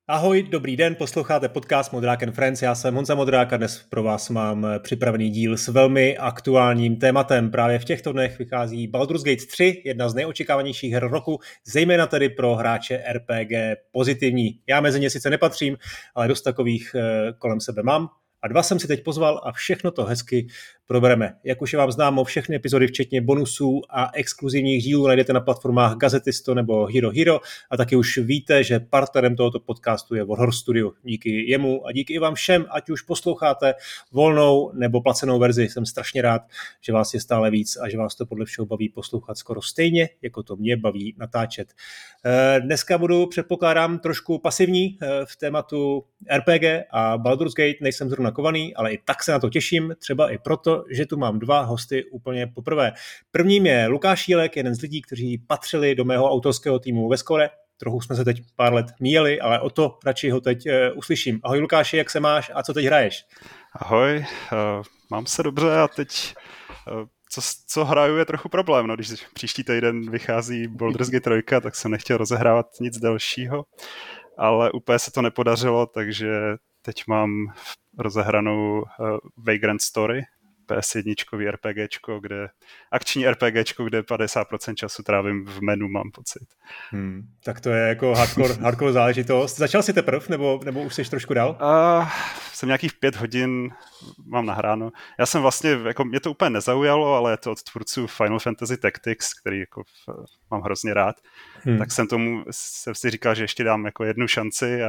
Ahoj, dobrý den, posloucháte podcast Modrák and Friends, já jsem Honza Modrák a dnes pro vás mám připravený díl s velmi aktuálním tématem. Právě v těchto dnech vychází Baldur's Gate 3, jedna z nejočekávanějších her roku, zejména tedy pro hráče RPG pozitivní. Já mezi ně sice nepatřím, ale dost takových kolem sebe mám. A dva jsem si teď pozval a všechno to hezky probereme. Jak už je vám známo, všechny epizody, včetně bonusů a exkluzivních dílů, najdete na platformách Gazetisto nebo Hero Hero a taky už víte, že partnerem tohoto podcastu je Warhorse Studio. Díky jemu a díky i vám všem, ať už posloucháte volnou nebo placenou verzi. Jsem strašně rád, že vás je stále víc a že vás to podle všeho baví poslouchat skoro stejně, jako to mě baví natáčet. Dneska budu, předpokládám, trošku pasivní v tématu RPG a Baldur's Gate, nejsem zrovna kovaný, ale i tak se na to těším, třeba i proto, že tu mám dva hosty úplně poprvé. Prvním je Lukáš Jílek, jeden z lidí, kteří patřili do mého autorského týmu ve Skore. Trochu jsme se teď pár let míjeli, ale o to radši ho teď uslyším. Ahoj Lukáši, jak se máš a co teď hraješ? Ahoj, mám se dobře a teď co hraju je trochu problém. No, když příští týden vychází Baldur's Gate 3, tak jsem nechtěl rozehrávat nic dalšího, ale úplně se to nepodařilo, takže teď mám rozehranou Vagrant Story, PS1 RPGčko, akční RPGčko, kde 50% času trávím v menu, mám pocit. Tak to je jako hardcore záležitost. Začal jsi teprve, nebo už jsi trošku dál? Jsem nějakých 5 hodin mám nahráno. Já jsem vlastně, jako mě to úplně nezaujalo, ale je to od tvůrců Final Fantasy Tactics, který jako mám hrozně rád. Tak jsem si říkal, že ještě dám jako jednu šanci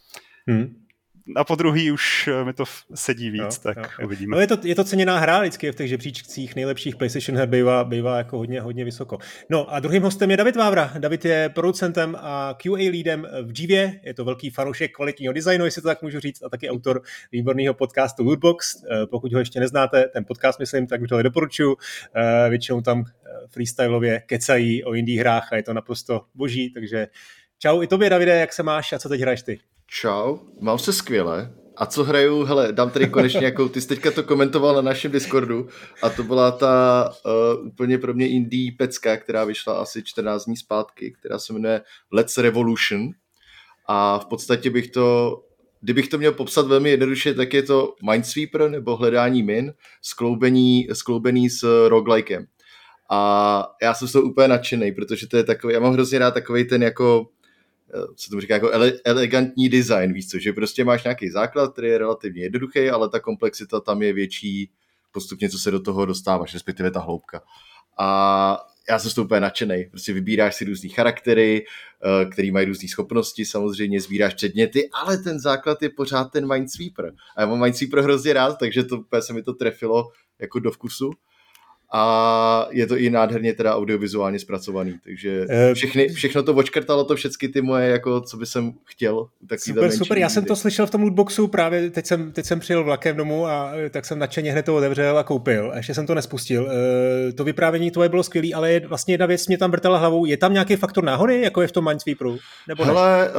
a po druhý už mi to sedí víc, tak uvidíme. No je to ceněná hra, vždycky v těch žebříčcích nejlepších PlayStation her bývá jako hodně vysoko. No a druhým hostem je David Vávra. David je producentem a QA leadem v Jivě, je to velký fanoušek kvalitního designu, jestli to tak můžu říct, a taky autor výborného podcastu Lootbox. Pokud ho ještě neznáte, ten podcast myslím, tak to doporučuji. Většinou tam freestylově kecají o indie hrách a je to naprosto boží, takže čau i tobě, Davide, jak se máš a co teď hraješ ty? Čau, mám se skvěle. A co hraju? Hele, dám tady konečně nějakou, ty jsi teďka to komentoval na našem Discordu a to byla ta úplně pro mě indie pecka, která vyšla asi 14 dní zpátky, která se jmenuje Let's Revolution a v podstatě kdybych to měl popsat velmi jednoduše, tak je to Minesweeper nebo hledání min skloubený s roguelikem. A já jsem z toho úplně nadšený, protože to je takový, já mám hrozně rád takovej ten jako co tomu říká, jako elegantní design, víš co, že prostě máš nějaký základ, který je relativně jednoduchý, ale ta komplexita tam je větší postupně, co se do toho dostáváš, respektive ta hloubka. A já jsem z toho úplně nadšenej. Prostě vybíráš si různý charaktery, který mají různé schopnosti, samozřejmě sbíráš předměty, ale ten základ je pořád ten Minesweeper. A já mám Minesweeper hrozně rád, takže to úplně se mi to trefilo jako do vkusu. A je to i nádherně teda audiovizuálně zpracovaný, takže všechno to odškrtalo to všechny ty moje, jako co by jsem chtěl. Super, já jsem to slyšel v tom lootboxu, právě teď jsem přijel vlakem domů a tak jsem nadšeně hned to otevřel a koupil. A ještě jsem to nespustil. To vyprávění tvoje bylo skvělý, ale je vlastně jedna věc mě tam vrtala hlavou. Je tam nějaký faktor náhody, jako je v tom Minesweeperu? Hele,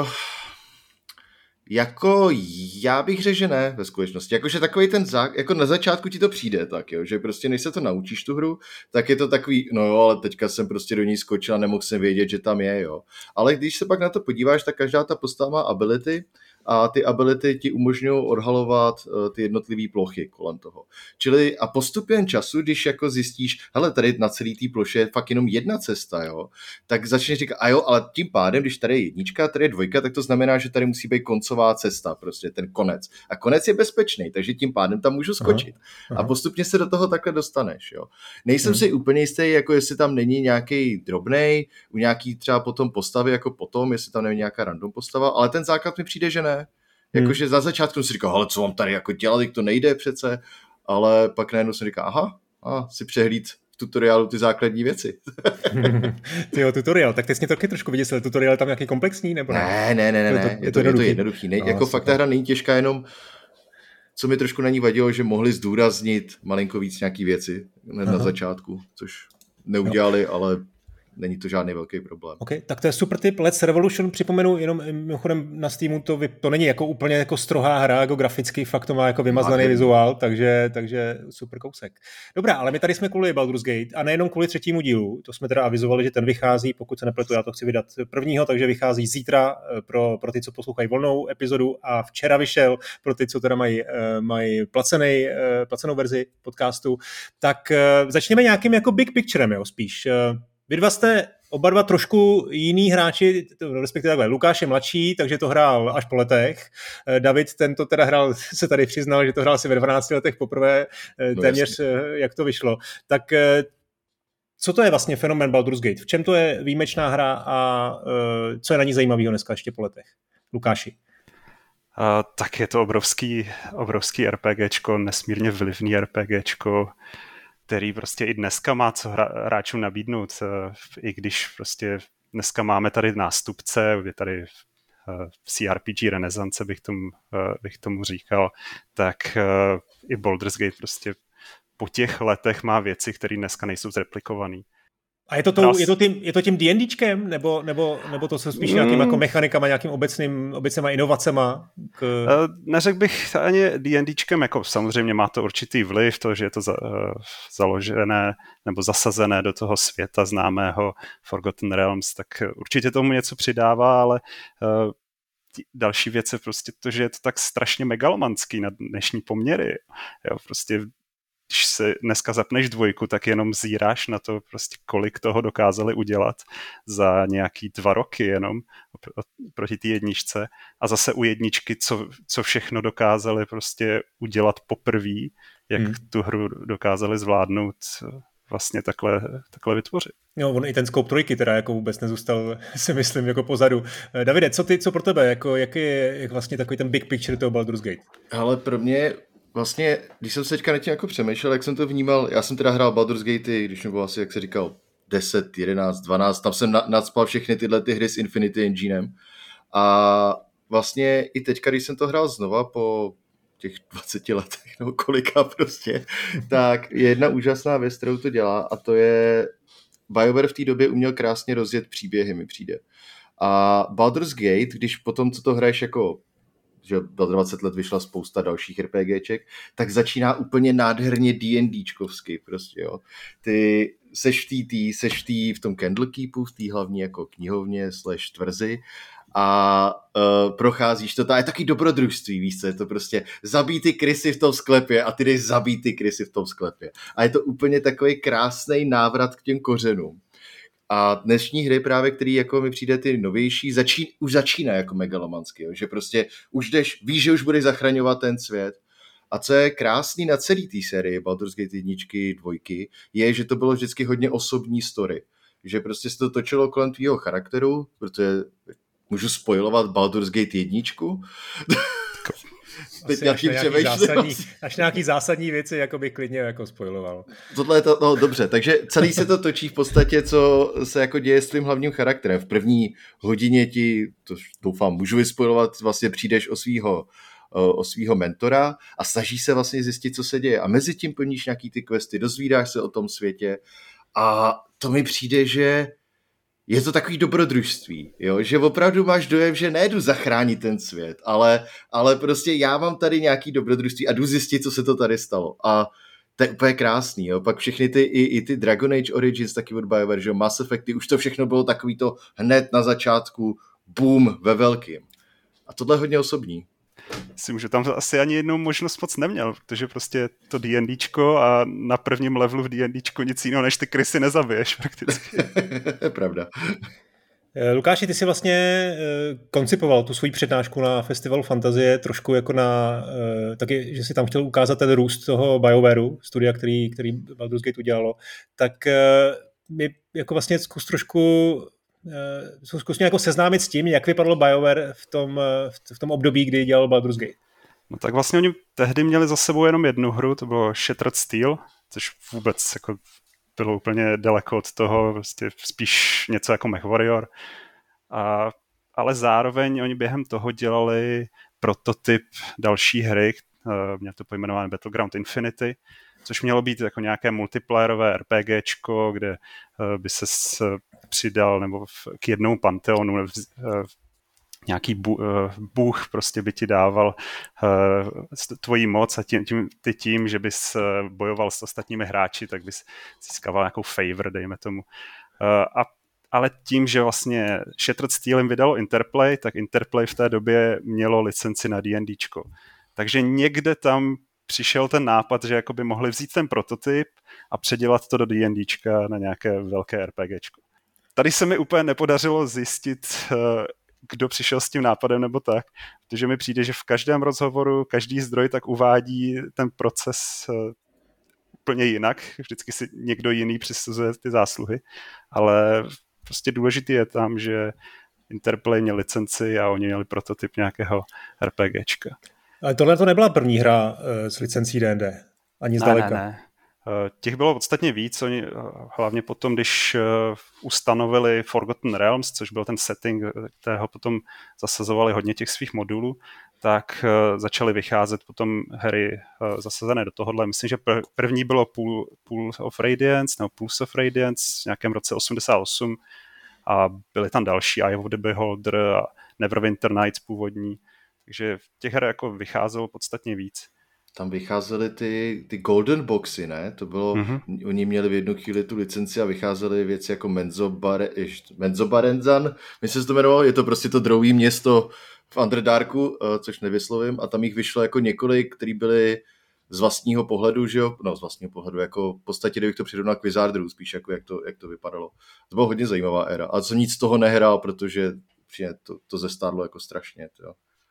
jako já bych řekl, že ne ve skutečnosti. Jakože takový ten jako na začátku ti to přijde tak, jo, že prostě než se to naučíš tu hru, tak je to takový, no jo, ale teďka jsem prostě do ní skočil a nemohl jsem vědět, že tam je, jo. Ale když se pak na to podíváš, tak každá ta postava má ability a ty ability ti umožňují odhalovat ty jednotlivé plochy kolem toho. Čili a postupem času, když jako zjistíš, hele, tady na celý té ploše je fakt jenom jedna cesta, jo, tak začneš říkat, a jo, ale tím pádem, když tady je jednička, tady je dvojka, tak to znamená, že tady musí být koncová cesta, prostě ten konec. A konec je bezpečný, takže tím pádem tam můžu skočit. Aha. A postupně se do toho takhle dostaneš, jo. Nejsem si úplně jistý, jako jestli tam není nějaký drobnej, u nějaký třeba potom postavy, jako potom, jestli tam není nějaká random postava, ale ten základ mi přijde, že ne. Jakože za začátku jsem si říkal, ale co mám tady jako dělat, to nejde přece, ale pak najednou jsem říkal, si přehlíd v tutoriálu ty základní věci. Tyjo, tutoriál, tak teď jsi mě taky trošku vyděsil, tutoriál je tam nějaký komplexní, nebo ne? Ne, je to jednoduchý. Jako fakt ta hra není těžká, jenom co mi trošku na ní vadilo, že mohli zdůraznit malinko víc nějaký věci na začátku, což neudělali, ale není to žádný velký problém. OK, tak to je super tip. Let's Revolution, připomenu jenom mimochodem na Steamu, to není jako úplně jako strohá hra, jako graficky, fakt to má jako vymazaný vizuál, takže super kousek. Dobrá, ale my tady jsme kvůli Baldur's Gate a nejenom kvůli 3. dílu, to jsme teda avizovali, že ten vychází, pokud se nepletu, já to chci vydat 1., takže vychází zítra pro ty, co poslouchají volnou epizodu a včera vyšel pro ty, co teda mají placenou verzi podcastu. Tak začněme nějakým jako big picturem, jo, spíš. Vy dva jste oba dva trošku jiný hráči, respektive takhle, Lukáš je mladší, takže to hrál až po letech. David, ten to teda hrál, se tady přiznal, že to hrál asi ve 12 letech poprvé, téměř jak to vyšlo. Tak co to je vlastně fenomén Baldur's Gate? V čem to je výjimečná hra a co je na ní zajímavého dneska ještě po letech? Lukáši. Tak je to obrovský RPGčko, nesmírně vlivný RPGčko, který prostě i dneska má co hráčům nabídnout, i když prostě dneska máme tady nástupce, je tady CRPG renesance, bych tomu říkal, tak i Baldur's Gate prostě po těch letech má věci, které dneska nejsou zreplikované. A je to tím D&Dčkem, nebo to se spíš nějakým jako mechanikama, nějakým obecnýma inovacema? Neřekl bych ani D&Dčkem, jako samozřejmě má to určitý vliv, to, že je to založené nebo zasazené do toho světa známého Forgotten Realms, tak určitě tomu něco přidává, ale další věc je prostě to, že je to tak strašně megalomanský na dnešní poměry. Jo, prostě když se dneska zapneš 2, tak jenom zíráš na to, prostě kolik toho dokázali udělat za nějaký 2 roky jenom proti té 1. A zase u 1, co všechno dokázali prostě udělat poprvé, jak tu hru dokázali zvládnout vlastně takhle vytvořit. Jo, on i ten scope 3 teda jako vůbec nezůstal, si myslím, jako pozadu. Davide, co pro tebe, jako jak je vlastně takový ten big picture toho Baldur's Gate? Ale pro mě vlastně, když jsem se teďka nad tím jako přemýšlel, jak jsem to vnímal, já jsem teda hrál Baldur's Gate, když mi bylo asi, jak se říkal, 10, 11, 12, tam jsem nadspal všechny tyhle ty hry s Infinity Enginem a vlastně i teďka, když jsem to hrál znova po těch 20 letech, nebo kolika prostě, tak je jedna úžasná věc, kterou to dělá a to je, BioWare v té době uměl krásně rozjet příběhy, mi přijde. A Baldur's Gate, když potom, co to hraješ jako že do 20 let vyšla spousta dalších RPGček, tak začíná úplně nádherně D&Dčkovsky prostě, jo. Ty seš v tom Candlekeepu, v té hlavní jako knihovně / tvrzi a procházíš to, je taky dobrodružství, víš co, je to prostě zabij ty krysy v tom sklepě a ty jdeš zabít ty krysy v tom sklepě. A je to úplně takový krásný návrat k těm kořenům. A dnešní hry právě, který jako mi přijde ty novější, už začíná jako megalomanský, jo? Že prostě už víš, že už budeš zachraňovat ten svět. A co je krásný na celý té sérii Baldur's Gate 1, 2, je, že to bylo vždycky hodně osobní story. Že prostě se to točilo kolem tvýho charakteru, protože můžu spoilovat Baldur's Gate 1. Teď až nějaký zásadní věci jako by klidně jako spoiloval. Tohle je to, no dobře, takže celý se to točí v podstatě, co se jako děje s tvým hlavním charakterem. V první hodině ti, to doufám, můžu vyspoilovat, vlastně přijdeš o svýho mentora a snažíš se vlastně zjistit, co se děje. A mezi tím plníš nějaký ty questy, dozvídáš se o tom světě a to mi přijde, že je to takový dobrodružství, jo? Že opravdu máš dojem, že nejdu zachránit ten svět, ale prostě já mám tady nějaký dobrodružství a jdu zjistit, co se to tady stalo. A to je úplně krásný, jo? Pak všechny ty Dragon Age Origins taky od BioWare, že Mass Effecty, už to všechno bylo takový to hned na začátku, boom, ve velkým. A tohle je hodně osobní. Myslím, že tam asi ani jednou možnost moc neměl, protože prostě to D&Dčko a na prvním levelu v D&Dčku nic jiného, než ty krysy nezabiješ prakticky. Pravda. Lukáši, ty jsi vlastně koncipoval tu svoji přednášku na Festivalu Fantazie trošku jako taky, že si tam chtěl ukázat ten růst toho BioWareu, studia, který Baldur's Gate udělalo, tak mi jako vlastně zkus mě jako seznámit s tím, jak vypadalo BioWare v tom období, kdy dělal Baldur's Gate. No tak vlastně oni tehdy měli za sebou jenom jednu hru, to bylo Shattered Steel, což vůbec jako bylo úplně daleko od toho, prostě spíš něco jako MechWarrior. Ale zároveň oni během toho dělali prototyp další hry, měl to pojmenované Battleground Infinity, což mělo být jako nějaké multiplayerové RPGčko, kde by se přidal, nebo k jednomu panteonu, nějaký bůh prostě by ti dával tvoji moc a tím, že bys bojoval s ostatními hráči, tak bys získával nějakou favor, dejme tomu. Ale tím, že vlastně Shattered Steel jim vydalo Interplay, tak Interplay v té době mělo licenci na D&Dčko. Takže někde tam přišel ten nápad, že jakoby mohli vzít ten prototyp a předělat to do D&Dčka na nějaké velké RPGčko. Tady se mi úplně nepodařilo zjistit, kdo přišel s tím nápadem nebo tak, protože mi přijde, že v každém rozhovoru každý zdroj tak uvádí ten proces úplně jinak, vždycky si někdo jiný přisuzuje ty zásluhy, ale prostě důležitý je tam, že Interplay měl licenci a oni měli prototyp nějakého RPGčka. Ale tohle to nebyla první hra s licencí D&D, ani zdaleka. Ne. Těch bylo podstatně víc, oni hlavně potom, když ustanovili Forgotten Realms, což byl ten setting, kterého potom zasazovali hodně těch svých modulů, tak začaly vycházet potom hry zasazené do tohohle. Myslím, že první bylo Pools of Radiance v nějakém roce 88 a byly tam další Eye of the Beholder a Neverwinter Nights původní, takže těch her jako vycházelo podstatně víc. Tam vycházely ty Golden Boxy, ne? To bylo, Oni měli v jednu chvíli tu licenci a vycházely věci jako Menzoberranzan, myslím, se to jmenovalo, je to prostě to druhé město v Underdarku, což nevyslovím, a tam jich vyšlo jako několik, který byly z vlastního pohledu, že jo? No, z vlastního pohledu, jako v podstatě, kdybych to přirovnal k Wizardru, spíš jako jak to vypadalo. To byla hodně zajímavá éra. A jsem nic z toho nehrál, protože to zestárlo jako strašně, jo.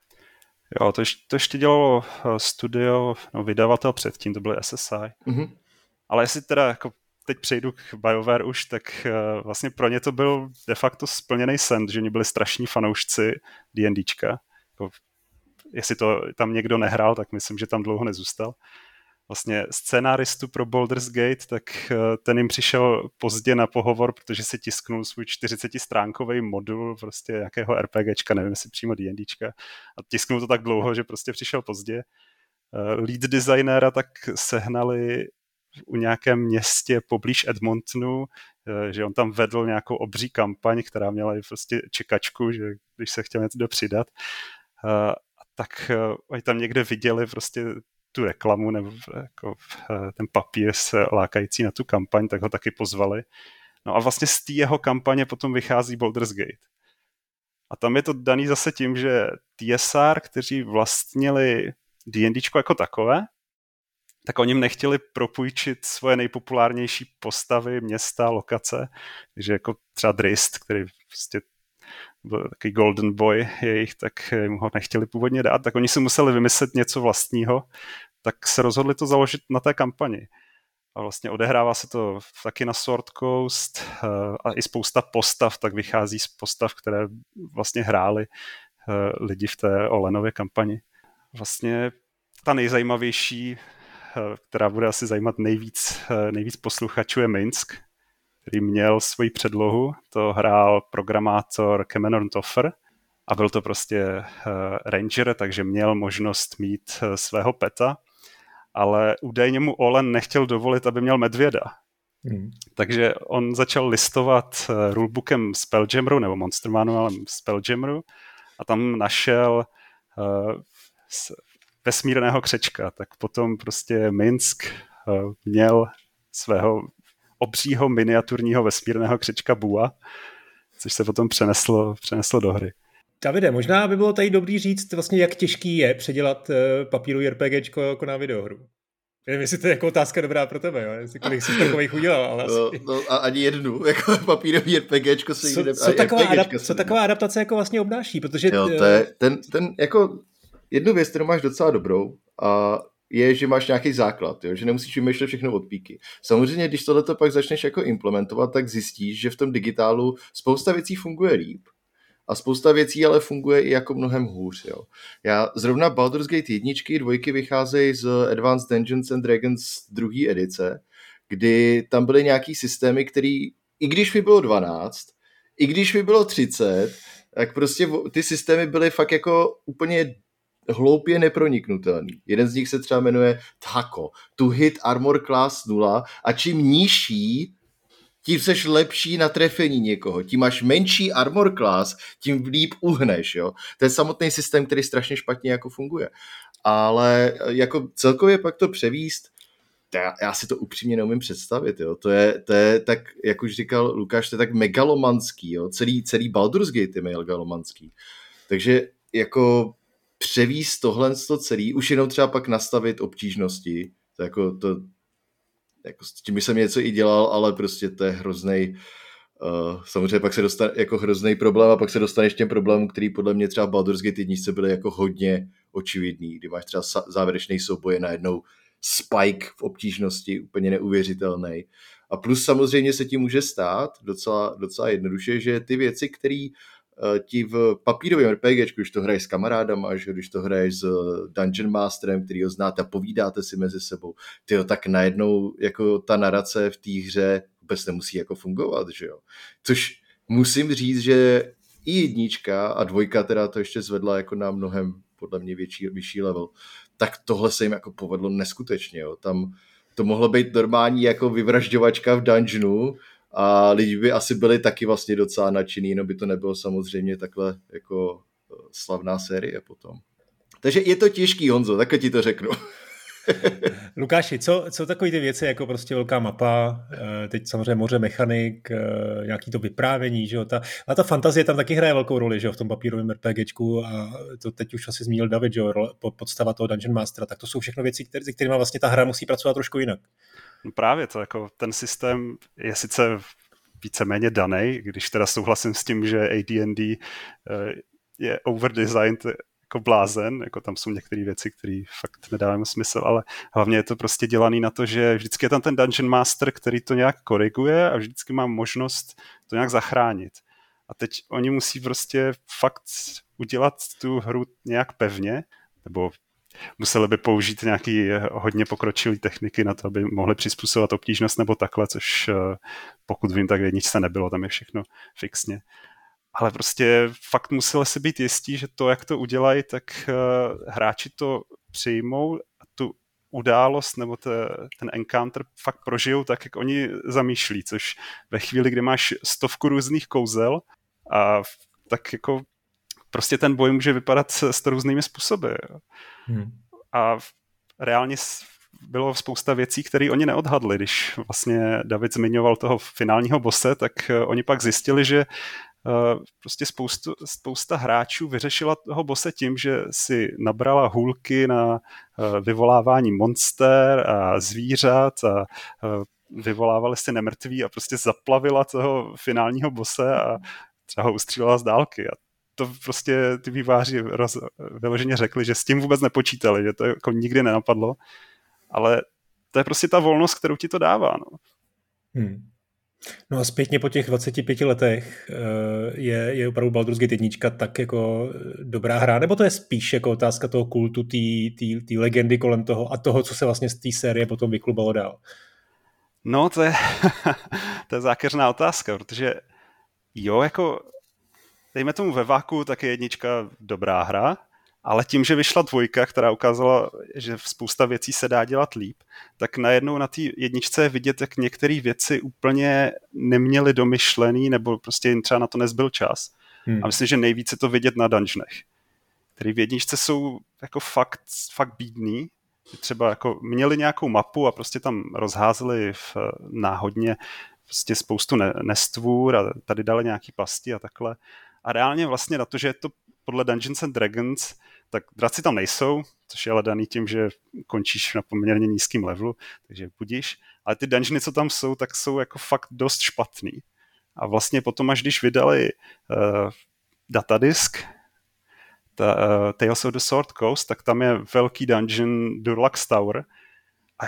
Jo, to ještě dělalo studio, vydavatel předtím, to byly SSI. Ale jestli teda jako teď přejdu k BioWare už, tak vlastně pro ně to byl de facto splněný sen, že oni byli strašní fanoušci D&Dčka. Jestli to tam někdo nehrál, tak myslím, že tam dlouho nezůstal. Vlastně scénáristu pro Baldur's Gate, tak ten jim přišel pozdě na pohovor, protože si tisknul svůj 40stránkový modul prostě nějakého RPGčka, nevím, jestli přímo D&Dčka. A tisknul to tak dlouho, že prostě přišel pozdě. Lead designéra tak sehnali u nějakém městě poblíž Edmontonu, že on tam vedl nějakou obří kampaň, která měla i prostě čekačku, že když se chtěl něco přidat, tak oni tam někde viděli prostě tu reklamu nebo jako ten papír se lákající na tu kampaň, tak ho taky pozvali. No a vlastně z té jeho kampaně potom vychází Baldur's Gate. A tam je to daný zase tím, že TSR, kteří vlastnili D&Dčko jako takové, tak oni jim nechtěli propůjčit svoje nejpopulárnější postavy, města, lokace, takže jako třeba Drist, který prostě byl takový golden boy jejich, tak jim ho nechtěli původně dát, tak oni si museli vymyslet něco vlastního, tak se rozhodli to založit na té kampani. A vlastně odehrává se to taky na Sword Coast a i spousta postav, tak vychází z postav, které vlastně hráli lidi v té Olenově kampani. Vlastně ta nejzajímavější, která bude asi zajímat nejvíc posluchačů, je Minsk, který měl svoji předlohu. To hrál programátor Cameron Toffer a byl to prostě ranger, takže měl možnost mít svého peta, ale údajně mu Olen nechtěl dovolit, aby měl medvěda. Takže on začal listovat rulebookem Spelljammeru nebo Monster Manualem Spelljammeru a tam našel vesmírného křečka. Tak potom prostě Minsk měl svého obřího miniaturního vesmírného křečka Bua, což se potom přeneslo do hry. Davide, možná by bylo tady dobrý říct vlastně, jak těžký je předělat papírový RPGčko jako na videohru. Nevím, jestli to je jako otázka dobrá pro tebe, jo? Jestli kolik jsi takových udělal, ale a ani jednu, jako papírový RPGčko se jde. Co taková adaptace jako vlastně obnáší? Protože jo, to je ten jako jednu věc, kterou máš docela dobrou a je, že máš nějaký základ, jo? Že nemusíš vymýšlet všechno od píky. Samozřejmě, když tohleto pak začneš jako implementovat, tak zjistíš, že v tom digitálu spousta věcí funguje líp a spousta věcí ale funguje i jako mnohem hůř. Jo? Já zrovna Baldur's Gate 1, 2 vycházejí z Advanced Dungeons and Dragons 2. edice, kdy tam byly nějaký systémy, který, i když mi bylo 12, i když mi bylo 30, tak prostě ty systémy byly fakt jako úplně hloupě neproniknutelný. Jeden z nich se třeba jmenuje THACO, To Hit Armor Class 0, a čím nižší tím seš lepší na trefení někoho, tím máš menší armor class, tím líp uhneš, jo. To je samotný systém, který strašně špatně jako funguje. Ale jako celkově pak to převíst, já si to upřímně neumím představit, jo. To je tak, jak už říkal Lukáš, to je tak megalomanský, jo. Celý Baldur's Gate je megalomanský. Takže jako převíst tohle celý, už jenom třeba pak nastavit obtížnosti, to jako s tím jsem něco i dělal, ale prostě to je hroznej, samozřejmě pak se dostane jako hrozný problém a pak se dostaneš k těm problémům, který podle mě třeba v Baldur's Gate 1 byly jako hodně očividný, kdy máš třeba závěrečný souboj najednou spike v obtížnosti, úplně neuvěřitelný. A plus samozřejmě se ti může stát docela jednoduše, že ty věci, které ti v papírovém RPGčku, když to hraješ s kamarádama, že když to hraješ s Dungeon Masterem, který ho znáte a povídáte si mezi sebou, tak najednou jako ta narace v té hře vůbec nemusí jako fungovat, že jo. Což musím říct, že i jednička a dvojka teda to ještě zvedla jako na mnohem podle mě vyšší level, tak tohle se jim jako povedlo neskutečně, jo. Tam to mohlo být normální jako vyvražďovačka v dungeonu a lidi by asi byli taky vlastně docela nadšený, no by to nebylo samozřejmě takhle jako slavná série potom. Takže je to těžký, Honzo, takhle ti to řeknu. Lukáši, co takový ty věci, jako prostě velká mapa, teď samozřejmě moře mechanik, nějaký to vyprávění, že jo, ta fantazie tam taky hraje velkou roli, že jo, v tom papírovém RPGčku a to teď už asi zmínil David, že jo, podstava toho Dungeon Mastera, tak to jsou všechno věci, se kterými vlastně ta hra musí pracovat trošku jinak. No právě to, jako ten systém je sice víceméně danej, když teda souhlasím s tím, že AD&D je overdesigned jako blázen, jako tam jsou některé věci, které fakt nedávají smysl, ale hlavně je to prostě dělaný na to, že vždycky je tam ten Dungeon Master, který to nějak koriguje a vždycky má možnost to nějak zachránit. A teď oni musí prostě fakt udělat tu hru nějak pevně, nebo museli by použít nějaký hodně pokročilý techniky na to, aby mohli přizpůsobovat obtížnost nebo takhle, což pokud vím, tak v jedničce nebylo, tam je všechno fixně. Ale prostě fakt museli si být jistí, že to, jak to udělají, tak hráči to přijmou a tu událost nebo ten encounter fakt prožijou tak, jak oni zamýšlí, což ve chvíli, kdy máš 100 různých kouzel a tak jako prostě ten boj může vypadat s různými způsoby. A reálně bylo spousta věcí, které oni neodhadli. Když vlastně David zmiňoval toho finálního bosse, tak oni pak zjistili, že prostě spousta hráčů vyřešila toho bosse tím, že si nabrala hůlky na vyvolávání monster a zvířat a vyvolávali si nemrtví a prostě zaplavila toho finálního bosse a třeba ho ustřílela z dálky. A to prostě ty výváři vyloženě řekli, že s tím vůbec nepočítali, že to jako nikdy nenapadlo, ale to je prostě ta volnost, kterou ti to dává. No. No a zpětně po těch 25 letech je opravdu Baldur's Gate 1 tak jako dobrá hra, nebo to je spíš jako otázka toho kultu, té legendy kolem toho a toho, co se vlastně z té série potom vyklubalo dál? No, to je zákeřná otázka, protože jo, jako dejme tomu ve váku, tak je jednička dobrá hra, ale tím, že vyšla dvojka, která ukázala, že spousta věcí se dá dělat líp, tak najednou na té jedničce je vidět, jak některé věci úplně neměly domyšlený, nebo prostě jim třeba na to nezbyl čas. A myslím, že nejvíc je to vidět na dungeonech, které v jedničce jsou jako fakt bídný. Třeba jako měli nějakou mapu a prostě tam rozházeli náhodně prostě spoustu nestvůr a tady dali nějaký pasti a takhle. A reálně vlastně na to, že je to podle Dungeons and Dragons, tak draci tam nejsou, což je ale daný tím, že končíš na poměrně nízkým levelu, takže budíš. Ale ty dungeony, co tam jsou, tak jsou jako fakt dost špatný. A vlastně potom, až když vydali datadisk, Tales of the Sword Coast, tak tam je velký dungeon Durlax Tower a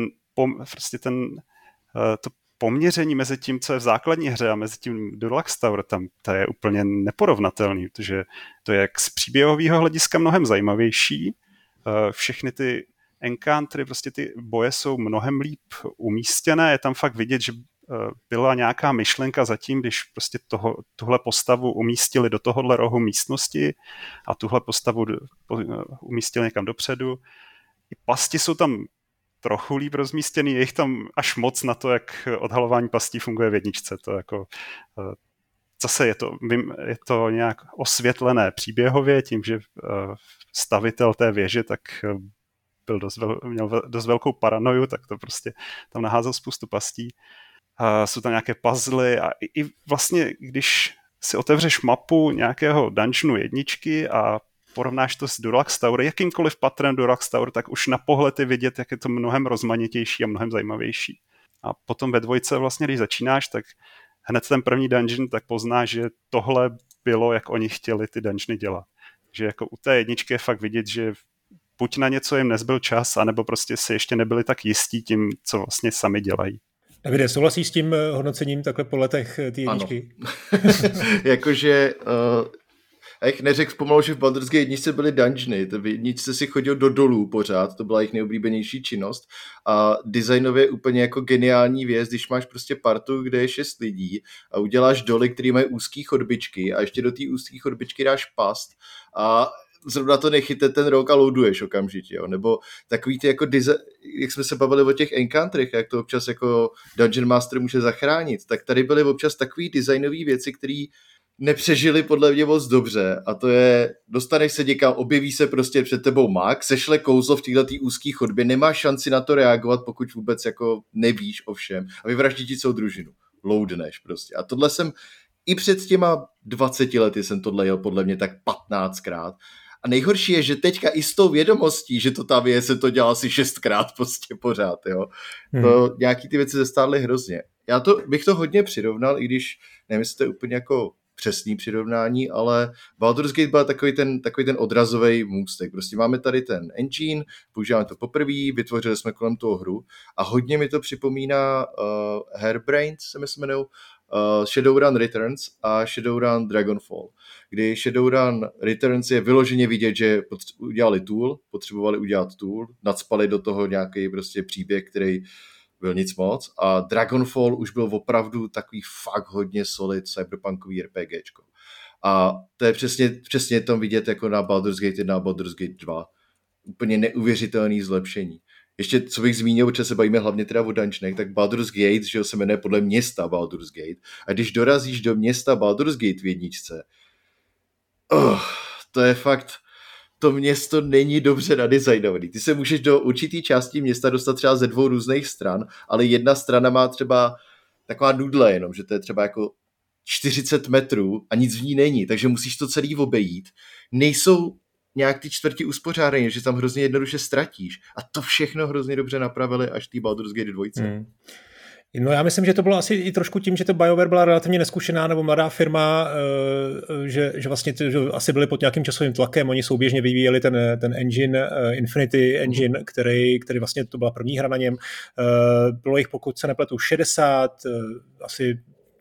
to poměření mezi tím, co je v základní hře a mezi tím Durlax Tower, tam to je úplně neporovnatelný, protože to je jak z příběhového hlediska mnohem zajímavější. Všechny ty encountery, prostě ty boje jsou mnohem líp umístěné, je tam fakt vidět, že byla nějaká myšlenka zatím, když prostě tuhle postavu umístili do tohohle rohu místnosti a tuhle postavu umístili někam dopředu. I pasti jsou tam trochu líp rozmístěný, je jich tam až moc na to, jak odhalování pastí funguje v jedničce. To jako, zase je to nějak osvětlené příběhově, tím, že stavitel té věže tak měl dost velkou paranoju, tak to prostě tam naházel spoustu pastí. Jsou tam nějaké puzzly a i vlastně, když si otevřeš mapu nějakého dungeonu jedničky a porovnáš to s Durax Tower, jakýmkoliv patrem Durax Tower, tak už na pohled je vidět, jak je to mnohem rozmanitější a mnohem zajímavější. A potom ve dvojce vlastně, když začínáš, tak hned ten první dungeon, tak poznáš, že tohle bylo, jak oni chtěli ty dungeony dělat. Že jako u té jedničky je fakt vidět, že buď na něco jim nezbyl čas, anebo prostě si ještě nebyli tak jistí tím, co vlastně sami dělají. Davide, souhlasíš s tím hodnocením takhle po letech ty jedničky? Jakože, jak neřekl pomalu, že v Baldur's Gate jedničce byly dungeony, v jedničce si chodil do dolů pořád, to byla jejich nejoblíbenější činnost a designově úplně jako geniální věc, když máš prostě partu, kde je 6 lidí a uděláš doly, který mají úzký chodbičky a ještě do té úzké chodbičky dáš past a zrovna to nechyte ten rok a loaduješ okamžitě, jo. Nebo takový ty jako jak jsme se bavili o těch encounterech, jak to občas jako Dungeon Master může zachránit, tak tady byly občas takový designové věci, které nepřežili podle mě moc dobře a to je, dostaneš se někam, objeví se prostě před tebou mák, sešle kouzlo v této úzké chodbě, nemáš šanci na to reagovat, pokud vůbec jako nevíš o všem a vyvraždí ti celou družinu. Loadneš prostě. A tohle jsem i před těma 20 lety jsem tohle jel podle mě tak 15krát. A nejhorší je, že teďka i s tou vědomostí, že to tam je, se to dělá asi 6krát prostě pořád, jo. To nějaký ty věci zestárly hrozně. Bych to hodně přirovnal, i když nevím, jestli to je úplně jako přesný přirovnání, ale Baldur's Gate byl takový ten odrazový můstek. Prostě máme tady ten engine, používáme to poprvé, vytvořili jsme kolem toho hru a hodně mi to připomíná Hairbrained, se mi jmenují, Shadowrun Returns a Shadowrun Dragonfall, kdy Shadowrun Returns je vyloženě vidět, že potřebovali udělat tool, nacpali do toho nějaký prostě příběh, který byl nic moc a Dragonfall už byl opravdu takový fakt hodně solid cyberpunkový RPGčko. A to je přesně tam vidět jako na Baldur's Gate 1 a Baldur's Gate 2. Úplně neuvěřitelný zlepšení. Ještě, co bych zmínil, protože se bavíme hlavně teda o dungeonech, tak Baldur's Gate, že se jmenuje podle města Baldur's Gate. A když dorazíš do města Baldur's Gate v jedničce, to je fakt, to město není dobře nadizajnovaný. Ty se můžeš do určitý části města dostat třeba ze 2 různých stran, ale jedna strana má třeba taková nudle jenom, že to je třeba jako 40 metrů a nic v ní není, takže musíš to celý obejít. Nejsou nějak ty čtvrti uspořádaný, že tam hrozně jednoduše ztratíš. A to všechno hrozně dobře napravili až tý Baldur's Gate 2. No já myslím, že to bylo asi i trošku tím, že to BioWare byla relativně neskušená nebo mladá firma, že vlastně že asi byli pod nějakým časovým tlakem, oni souběžně vyvíjeli ten engine, Infinity Engine, který vlastně to byla první hra na něm. Bylo jich, pokud se nepletu, 60, asi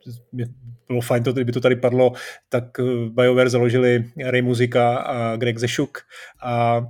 bylo fajn, kdyby to tady padlo, tak BioWare založili Ray Muzika a Greg Zeshuk a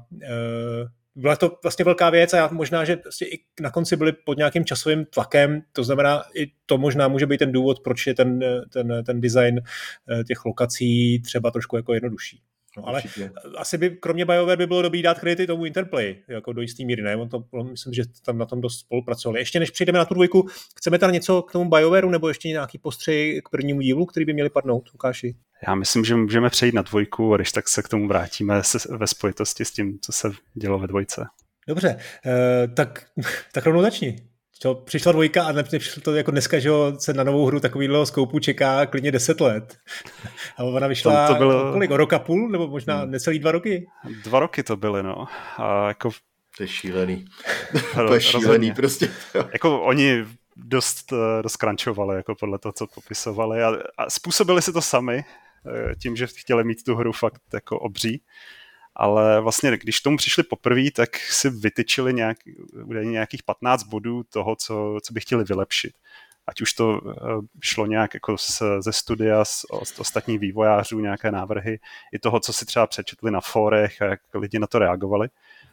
byla to vlastně velká věc a možná, že vlastně i na konci byli pod nějakým časovým tlakem, to znamená, i to možná může být ten důvod, proč je ten design těch lokací třeba trošku jako jednodušší. No, ale asi by, kromě BioWare, by bylo dobrý dát kredity tomu Interplay, jako do jistý míry, ne? Myslím, že tam na tom dost spolupracovali. Ještě než přijdeme na tu 2, chceme tam něco k tomu BioWareu, nebo ještě nějaký postřeh k prvnímu dílu, který by měli padnout, Lukáši? Já myslím, že můžeme přejít na 2 a když tak se k tomu vrátíme ve spojitosti s tím, co se dělo ve 2. Dobře, tak rovnou začni. Přišla 2 a nepřišlo to jako dneska, že se na novou hru takovýhle skoupu čeká klidně 10 let. A ona vyšla to bylo... kolik, o rok a půl, nebo možná necelý 2 roky? 2 roky to byly, no. A jako... To je šílený. To je šílený prostě. Jako oni dost crunchovali, jako podle toho, co popisovali a způsobili si to sami, tím, že chtěli mít tu hru fakt jako obří. Ale vlastně, když tomu přišli poprvé, tak si vytyčili nějakých 15 bodů toho, co by chtěli vylepšit. Ať už to šlo nějak jako ze studia, z ostatních vývojářů, nějaké návrhy, i toho, co si třeba přečetli na fórech a jak lidi na to reagovali.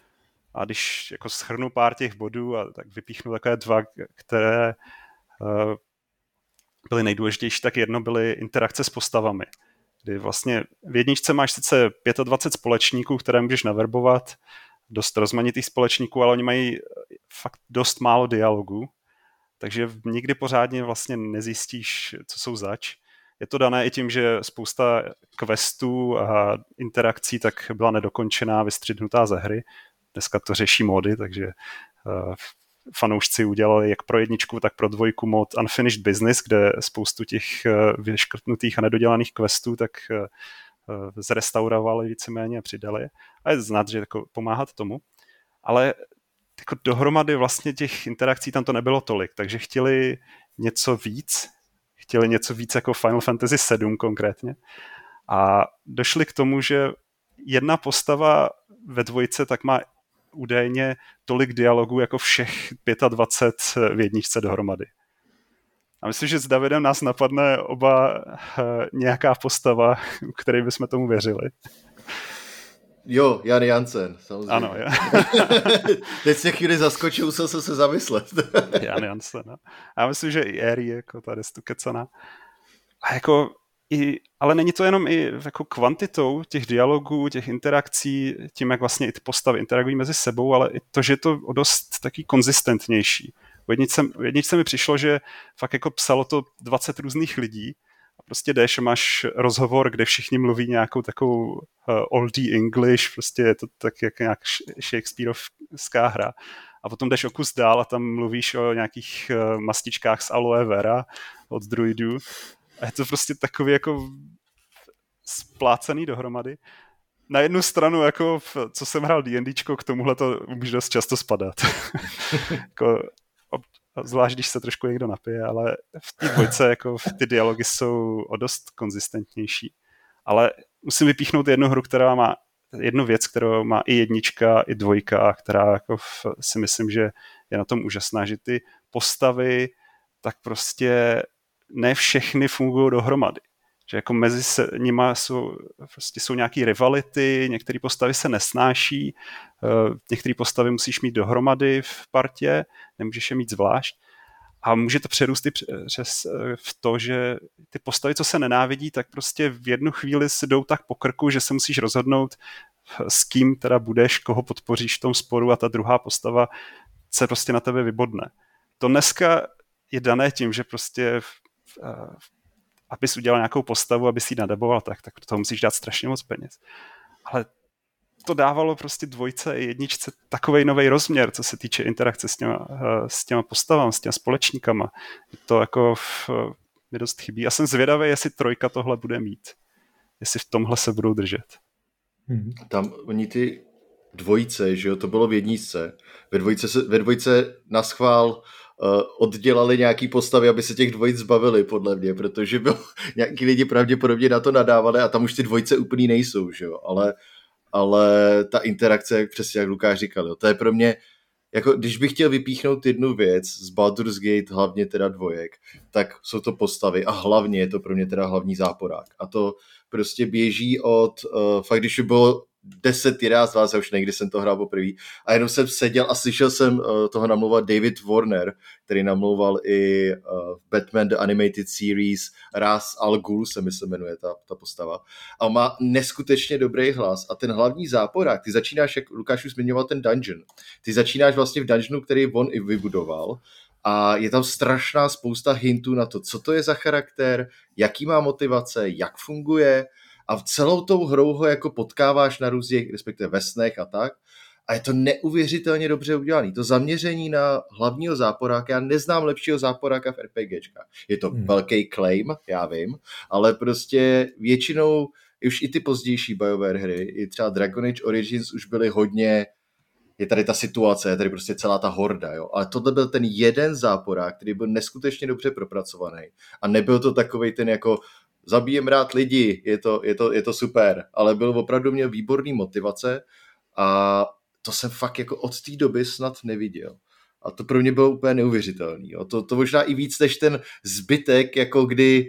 A když jako shrnu pár těch bodů a tak vypíchnu takové 2, které byly nejdůležitější, tak jedno byly interakce s postavami. Kdy vlastně v jedničce máš sice 25 společníků, které můžeš naverbovat, dost rozmanitých společníků, ale oni mají fakt dost málo dialogu, takže nikdy pořádně vlastně nezjistíš, co jsou zač. Je to dané i tím, že spousta questů a interakcí tak byla nedokončená, vystřihnutá ze hry. Dneska to řeší mody, takže fanoušci udělali jak pro jedničku, tak pro dvojku mod Unfinished Business, kde spoustu těch vyškrtnutých a nedodělaných questů tak zrestaurovali víceméně a přidali je. A je znát, že jako pomáhat tomu. Ale jako dohromady vlastně těch interakcí tam to nebylo tolik, takže chtěli něco víc jako Final Fantasy VII konkrétně. A došli k tomu, že jedna postava ve dvojce tak má údajně tolik dialogů jako všech 25 v jedničce dohromady. A myslím, že s Davidem nás napadne oba nějaká postava, u které bychom tomu věřili. Jo, Jan Jansen, samozřejmě. Ano, jo. Teď se chvíli zaskočil, musel jsem se zamyslet. Jan Jansen, no. A já myslím, že i Eri, jako tady stukecaná. A jako ale není to jenom i jako kvantitou těch dialogů, těch interakcí, tím, jak vlastně i ty postavy interagují mezi sebou, ale i to, že je to dost taky konzistentnější. V jedničce mi přišlo, že fakt jako psalo to 20 různých lidí a prostě jdeš a máš rozhovor, kde všichni mluví nějakou takovou oldie English, prostě je to tak jak nějak Shakespeareovská hra. A potom jdeš o kus dál a tam mluvíš o nějakých mastičkách z aloe vera od druidů. A je to prostě takový jako splácený dohromady. Na jednu stranu, jako co jsem hrál D&Dčko, k tomuhle to může dost často spadat. Jako, zvlášť, když se trošku někdo napije, ale v té dvojce jako ty dialogy jsou o dost konzistentnější. Ale musím vypíchnout jednu věc, kterou má i jednička, i dvojka, která jako si myslím, že je na tom úžasná, že ty postavy tak prostě ne všechny fungují dohromady. Že jako mezi nima jsou nějaký rivality, některé postavy se nesnáší, některé postavy musíš mít dohromady v partě, nemůžeš je mít zvlášť. A může to přerůst i v to, že ty postavy, co se nenávidí, tak prostě v jednu chvíli se jdou tak po krku, že se musíš rozhodnout, s kým teda budeš, koho podpoříš v tom sporu a ta druhá postava se prostě na tebe vybodne. To dneska je dané tím, že prostě abys udělal nějakou postavu, abys ji nadaboval, tak do toho musíš dát strašně moc peněz. Ale to dávalo prostě dvojce i jedničce takovej nový rozměr, co se týče interakce s těma postavami, s těma společníkama. To jako mi dost chybí. Já jsem zvědavý, jestli trojka tohle bude mít. Jestli v tomhle se budou držet. Tam oni ty dvojice, že jo, to bylo v jedničce. Ve dvojce naschvál oddělali nějaký postavy, aby se těch dvojic zbavili, podle mě, protože nějaký lidi pravděpodobně na to nadávali a tam už ty dvojice úplný nejsou, že jo, ale ta interakce, přesně jak Lukáš říkal, jo, to je pro mě, jako když bych chtěl vypíchnout jednu věc z Baldur's Gate, hlavně teda dvojek, tak jsou to postavy a hlavně je to pro mě teda hlavní záporák. A to prostě běží od, fakt když bylo 10-11 vás, já už někdy jsem to hrál poprvé, a jenom jsem seděl a slyšel jsem toho namlouvat David Warner, který namlouval i Batman The Animated Series, Ra's al Ghul se myslím jmenuje ta postava. A má neskutečně dobrý hlas a ten hlavní záporák, ty začínáš, jak Lukáš už zmiňoval ten dungeon, ty začínáš vlastně v dungeonu, který on i vybudoval, a je tam strašná spousta hintů na to, co to je za charakter, jaký má motivace, jak funguje, a celou tou hrou ho jako potkáváš na různých, respektive ve snech a tak. A je to neuvěřitelně dobře udělané. To zaměření na hlavního záporáka, já neznám lepšího záporáka v RPGčkách. Je to velký claim, já vím, ale prostě většinou už i ty pozdější BioWare hry, i třeba Dragon Age Origins už byly hodně, je tady ta situace, je tady prostě celá ta horda, jo. Ale tohle byl ten jeden záporák, který byl neskutečně dobře propracovaný. A nebyl to takovej ten jako zabijem rád lidi, je to super, ale byl opravdu měl výborný motivace a to jsem fakt jako od té doby snad neviděl. A to pro mě bylo úplně neuvěřitelný. Jo. To možná i víc než ten zbytek, jako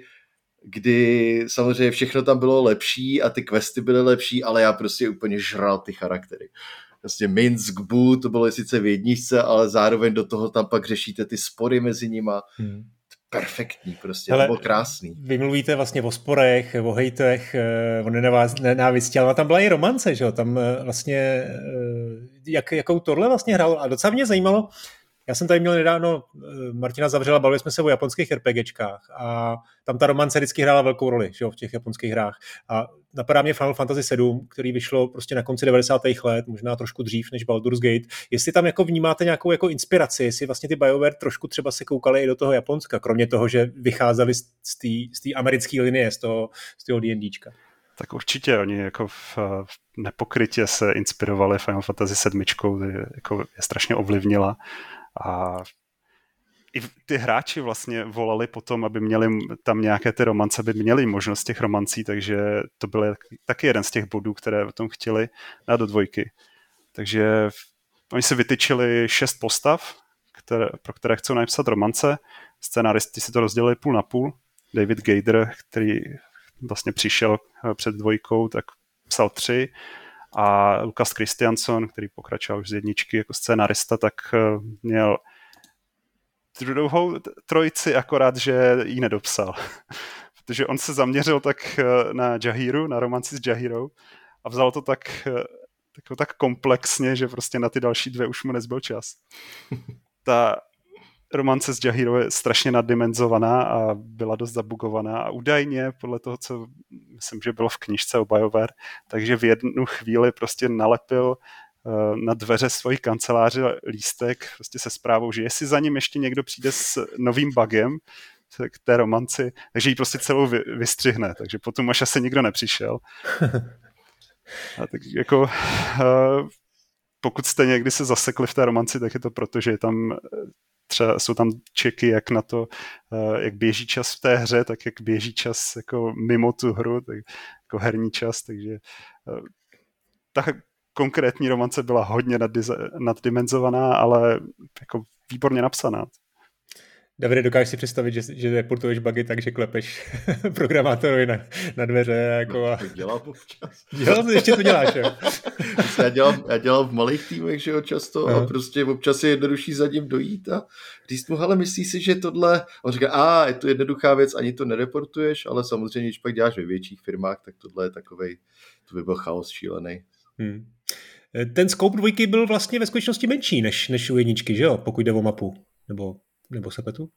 kdy samozřejmě všechno tam bylo lepší a ty questy byly lepší, ale já prostě úplně žral ty charaktery. Prostě Minsk, Bu, to bylo sice v jedničce, ale zároveň do toho tam pak řešíte ty spory mezi nima. Perfektní, prostě, to bylo krásný. Vy mluvíte vlastně o sporech, o hejtech, o nenávisti, ale tam byla i romance, že jo, tam vlastně jakou tohle vlastně hrál. A docela mě zajímalo, já jsem tady měl nedávno, Martina Zavřela, bavili jsme se o japonských RPGčkách a tam ta romance vždycky hrála velkou roli, že jo, v těch japonských hrách. A napadá mě Final Fantasy 7, který vyšlo prostě na konci 90. let, možná trošku dřív než Baldur's Gate. Jestli tam jako vnímáte nějakou jako inspiraci, jestli vlastně ty BioWare trošku třeba se koukali i do toho Japonska, kromě toho, že vycházeli z té americké linie, z toho D&Dčka. Tak určitě, oni jako nepokrytě se inspirovali Final Fantasy 7, jako je strašně ovlivnila. A i ty hráči vlastně volali potom, aby měli tam nějaké ty romance, aby měli možnost těch romancí, takže to byl taky jeden z těch bodů, které o tom chtěli dát do 2. Takže oni si vytyčili 6 postav, pro které chcou napsat romance. Scénáristi si to rozdělili půl na půl. David Gaider, který vlastně přišel před 2, tak psal 3. A Lukas Kristjansson, který pokračoval už z 1 jako scénarista, tak měl druhou trojici, akorát, že ji nedopsal. Protože on se zaměřil tak na Jahiru, na romanci s Jahirou a vzal to tak komplexně, že prostě na ty další 2 už mu nezbyl čas. Ta romance s Jahirou je strašně naddimenzovaná a byla dost zabugovaná a údajně podle toho, co myslím, že bylo v knižce o BioWare, takže v jednu chvíli prostě nalepil na dveře svojí kanceláře lístek prostě se zprávou, že jestli za ním ještě někdo přijde s novým bugem k té romanci, takže ji prostě celou vystřihne, takže potom až asi nikdo nepřišel. A tak jako pokud jste někdy se zasekli v té romanci, tak je to proto, že je tam třeba jsou tam čeky jak na to, jak běží čas v té hře, tak jak běží čas jako mimo tu hru, tak jako herní čas, takže ta konkrétní romance byla hodně naddimenzovaná, ale jako výborně napsaná. Davide, dokážeš si představit, že reportuješ bugy tak, že klepeš programátorovi na dveře? Jako a... To dělám občas. Jo, ještě to děláš, jo? Já dělám v malých týmech, že jo, často a prostě občas je jednodušší za ním dojít a říct mu, hele, myslíš si, že tohle... On říká, je to jednoduchá věc, ani to nereportuješ, ale samozřejmě, když pak děláš ve větších firmách, tak tohle je takovej, to by byl chaos šílený. Ten scope 2 byl vlastně ve skutečnosti menší než u 1, že jo, pokud jde o mapu, nebo se pletu?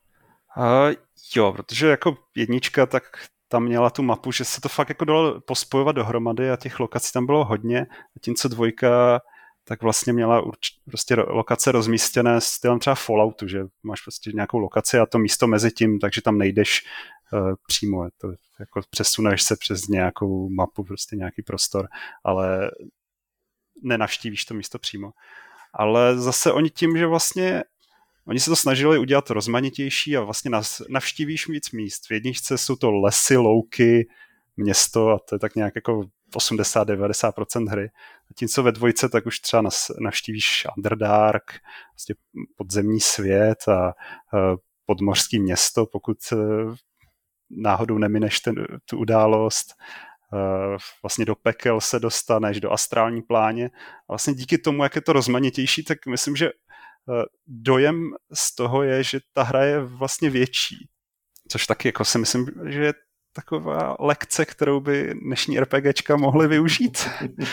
Jo, protože jako 1, tak tam měla tu mapu, že se to fakt jako dalo pospojovat dohromady a těch lokací tam bylo hodně, zatímco 2 tak vlastně měla prostě lokace rozmístěné stylem třeba Falloutu, že máš prostě nějakou lokaci a to místo mezi tím, takže tam nejdeš přímo, to jako přesuneš se přes nějakou mapu, prostě nějaký prostor, ale nenavštívíš to místo přímo. Ale zase oni tím, že vlastně oni se to snažili udělat rozmanitější a vlastně navštívíš víc míst. V 1 jsou to lesy, louky, město a to je tak nějak jako 80-90% hry. Zatímco ve 2 tak už třeba navštívíš Underdark, vlastně podzemní svět a podmořský město, pokud náhodou nemineš tu událost. Vlastně do pekel se dostaneš, do astrální pláně. A vlastně díky tomu, jak je to rozmanitější, tak myslím, že dojem z toho je, že ta hra je vlastně větší. Což taky jako si myslím, že je taková lekce, kterou by dnešní RPGčka mohly využít.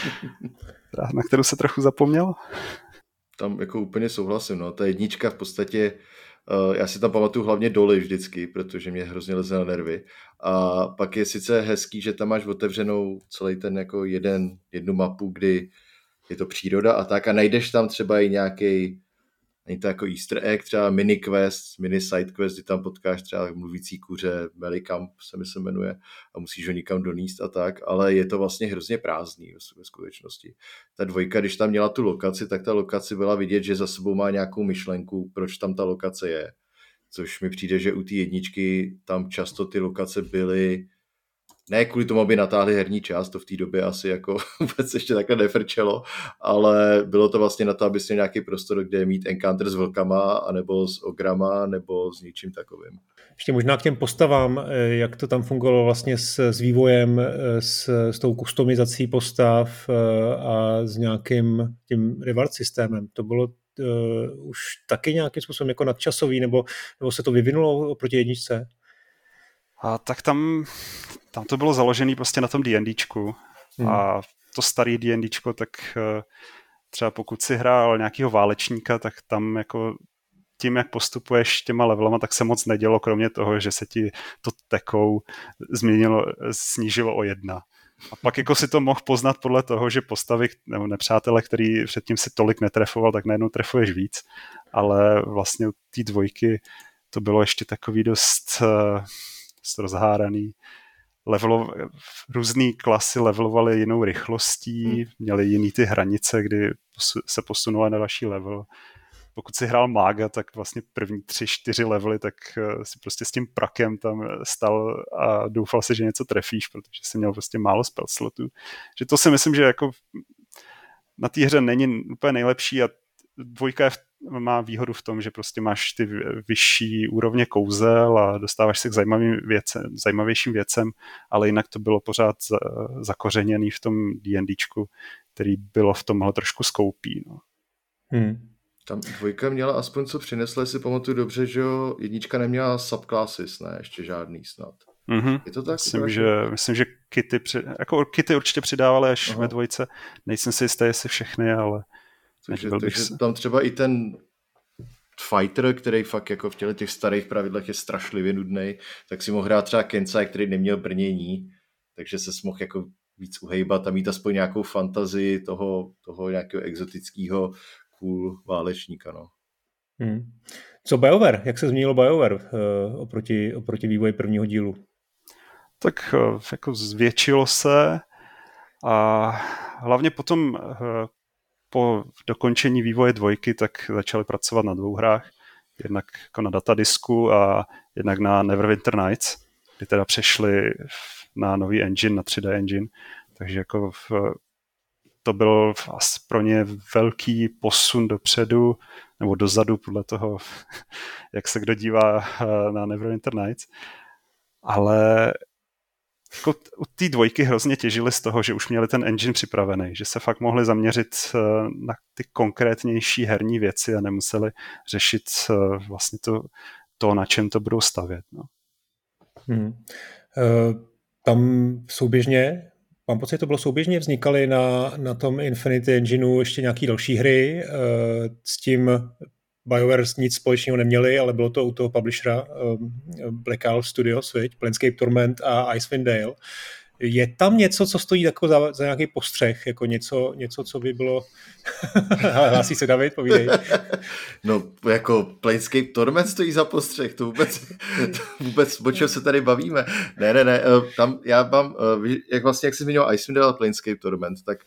Na kterou se trochu zapomněl. Tam jako úplně souhlasím. No. Ta 1 v podstatě, já si tam pamatuju hlavně doly vždycky, protože mě hrozně leze na nervy. A pak je sice hezký, že tam máš otevřenou celý ten jako jednu mapu, kdy je to příroda a tak a najdeš tam třeba i nějaký, není to jako easter egg, třeba mini quest, mini side quest, kdy tam potkáš třeba mluvící kuře, Melicamp se mi se jmenuje a musíš ho nikam donést a tak, ale je to vlastně hrozně prázdný ve skutečnosti. Ta 2, když tam měla tu lokaci, tak ta lokace byla vidět, že za sebou má nějakou myšlenku, proč tam ta lokace je. Což mi přijde, že u té 1 tam často ty lokace byly ne kvůli tomu, aby natáhli herní čas, to v té době asi jako vůbec ještě takhle nefrčelo, ale bylo to vlastně na to, aby si nějaký prostor, kde mít encounter s vlkama, anebo s ograma, nebo s něčím takovým. Ještě možná k těm postavám, jak to tam fungovalo vlastně s vývojem, s tou kustomizací postav a s nějakým tím reward systémem. To bylo už taky nějakým způsobem jako nadčasový, nebo se to vyvinulo oproti 1? A tak tam to bylo založené prostě na tom D&Dčku a to staré D&Dčko, tak třeba pokud si hrál nějakého válečníka, tak tam jako tím, jak postupuješ těma levelama, tak se moc nedělo, kromě toho, že se ti to tekou snížilo o 1. A pak jako si to mohl poznat podle toho, že postavy nebo nepřátele, který předtím si tolik netrefoval, tak najednou trefuješ víc. Ale vlastně u té 2 to bylo ještě takový dost rozháraný. Různý klasy levelovaly jinou rychlostí, měly jiný ty hranice, kdy se posunula na další level. Pokud si hrál mága, tak vlastně první 3-4 levely, tak si prostě s tím prakem tam stal a doufal si, že něco trefíš, protože jsi měl prostě málo spell slotů. Že to si myslím, že jako na té hře není úplně nejlepší a 2 má výhodu v tom, že prostě máš ty vyšší úrovně kouzel a dostáváš se k zajímavějším věcem, ale jinak to bylo pořád zakořeněný v tom D&Dčku, který bylo v tomhle trošku skoupý. No. Tam 2 měla aspoň co přinesla, jestli pamatuju dobře, že jo, 1 neměla subclasses, ne, ještě žádný snad. Je to tak? Myslím, že kity určitě přidávaly až ve 2. Nejsem si jistý, jestli všechny, ale takže tam třeba i ten fighter, který fakt jako v těch starých pravidlech je strašlivě nudnej, tak si mohl hrát třeba Kensai, který neměl brnění, takže se mohl jako víc uhejbat a mít aspoň nějakou fantazii toho nějakého exotického cool válečníka, no. Co BioWare? Jak se změnilo BioWare oproti vývoji prvního dílu? Tak jako zvětšilo se a hlavně potom po dokončení vývoje 2 tak začali pracovat na 2 hrách. Jednak jako na datadisku a jednak na Neverwinter Nights, kdy teda přešli na nový engine, na 3D engine. Takže jako to byl pro ně velký posun dopředu nebo dozadu podle toho, jak se kdo dívá na Neverwinter Nights. Ale jako u té 2 hrozně těžili z toho, že už měli ten engine připravený, že se fakt mohli zaměřit na ty konkrétnější herní věci a nemuseli řešit vlastně to na čem to budou stavět. No. Tam souběžně, mám pocit, to bylo souběžně, vznikaly na tom Infinity Engineu ještě nějaký další hry, s tím BioWare nic společného neměli, ale bylo to u toho publishera Black Owl Studios, Planescape Torment a Icewind Dale. Je tam něco, co stojí jako za nějaký postřeh, jako něco, co by bylo... Hlásí se David, povídej. No, jako Planescape Torment stojí za postřeh, to vůbec o čem se tady bavíme. Ne, tam já mám, jak jsi zmiňoval Icewind Dale a Planescape Torment, tak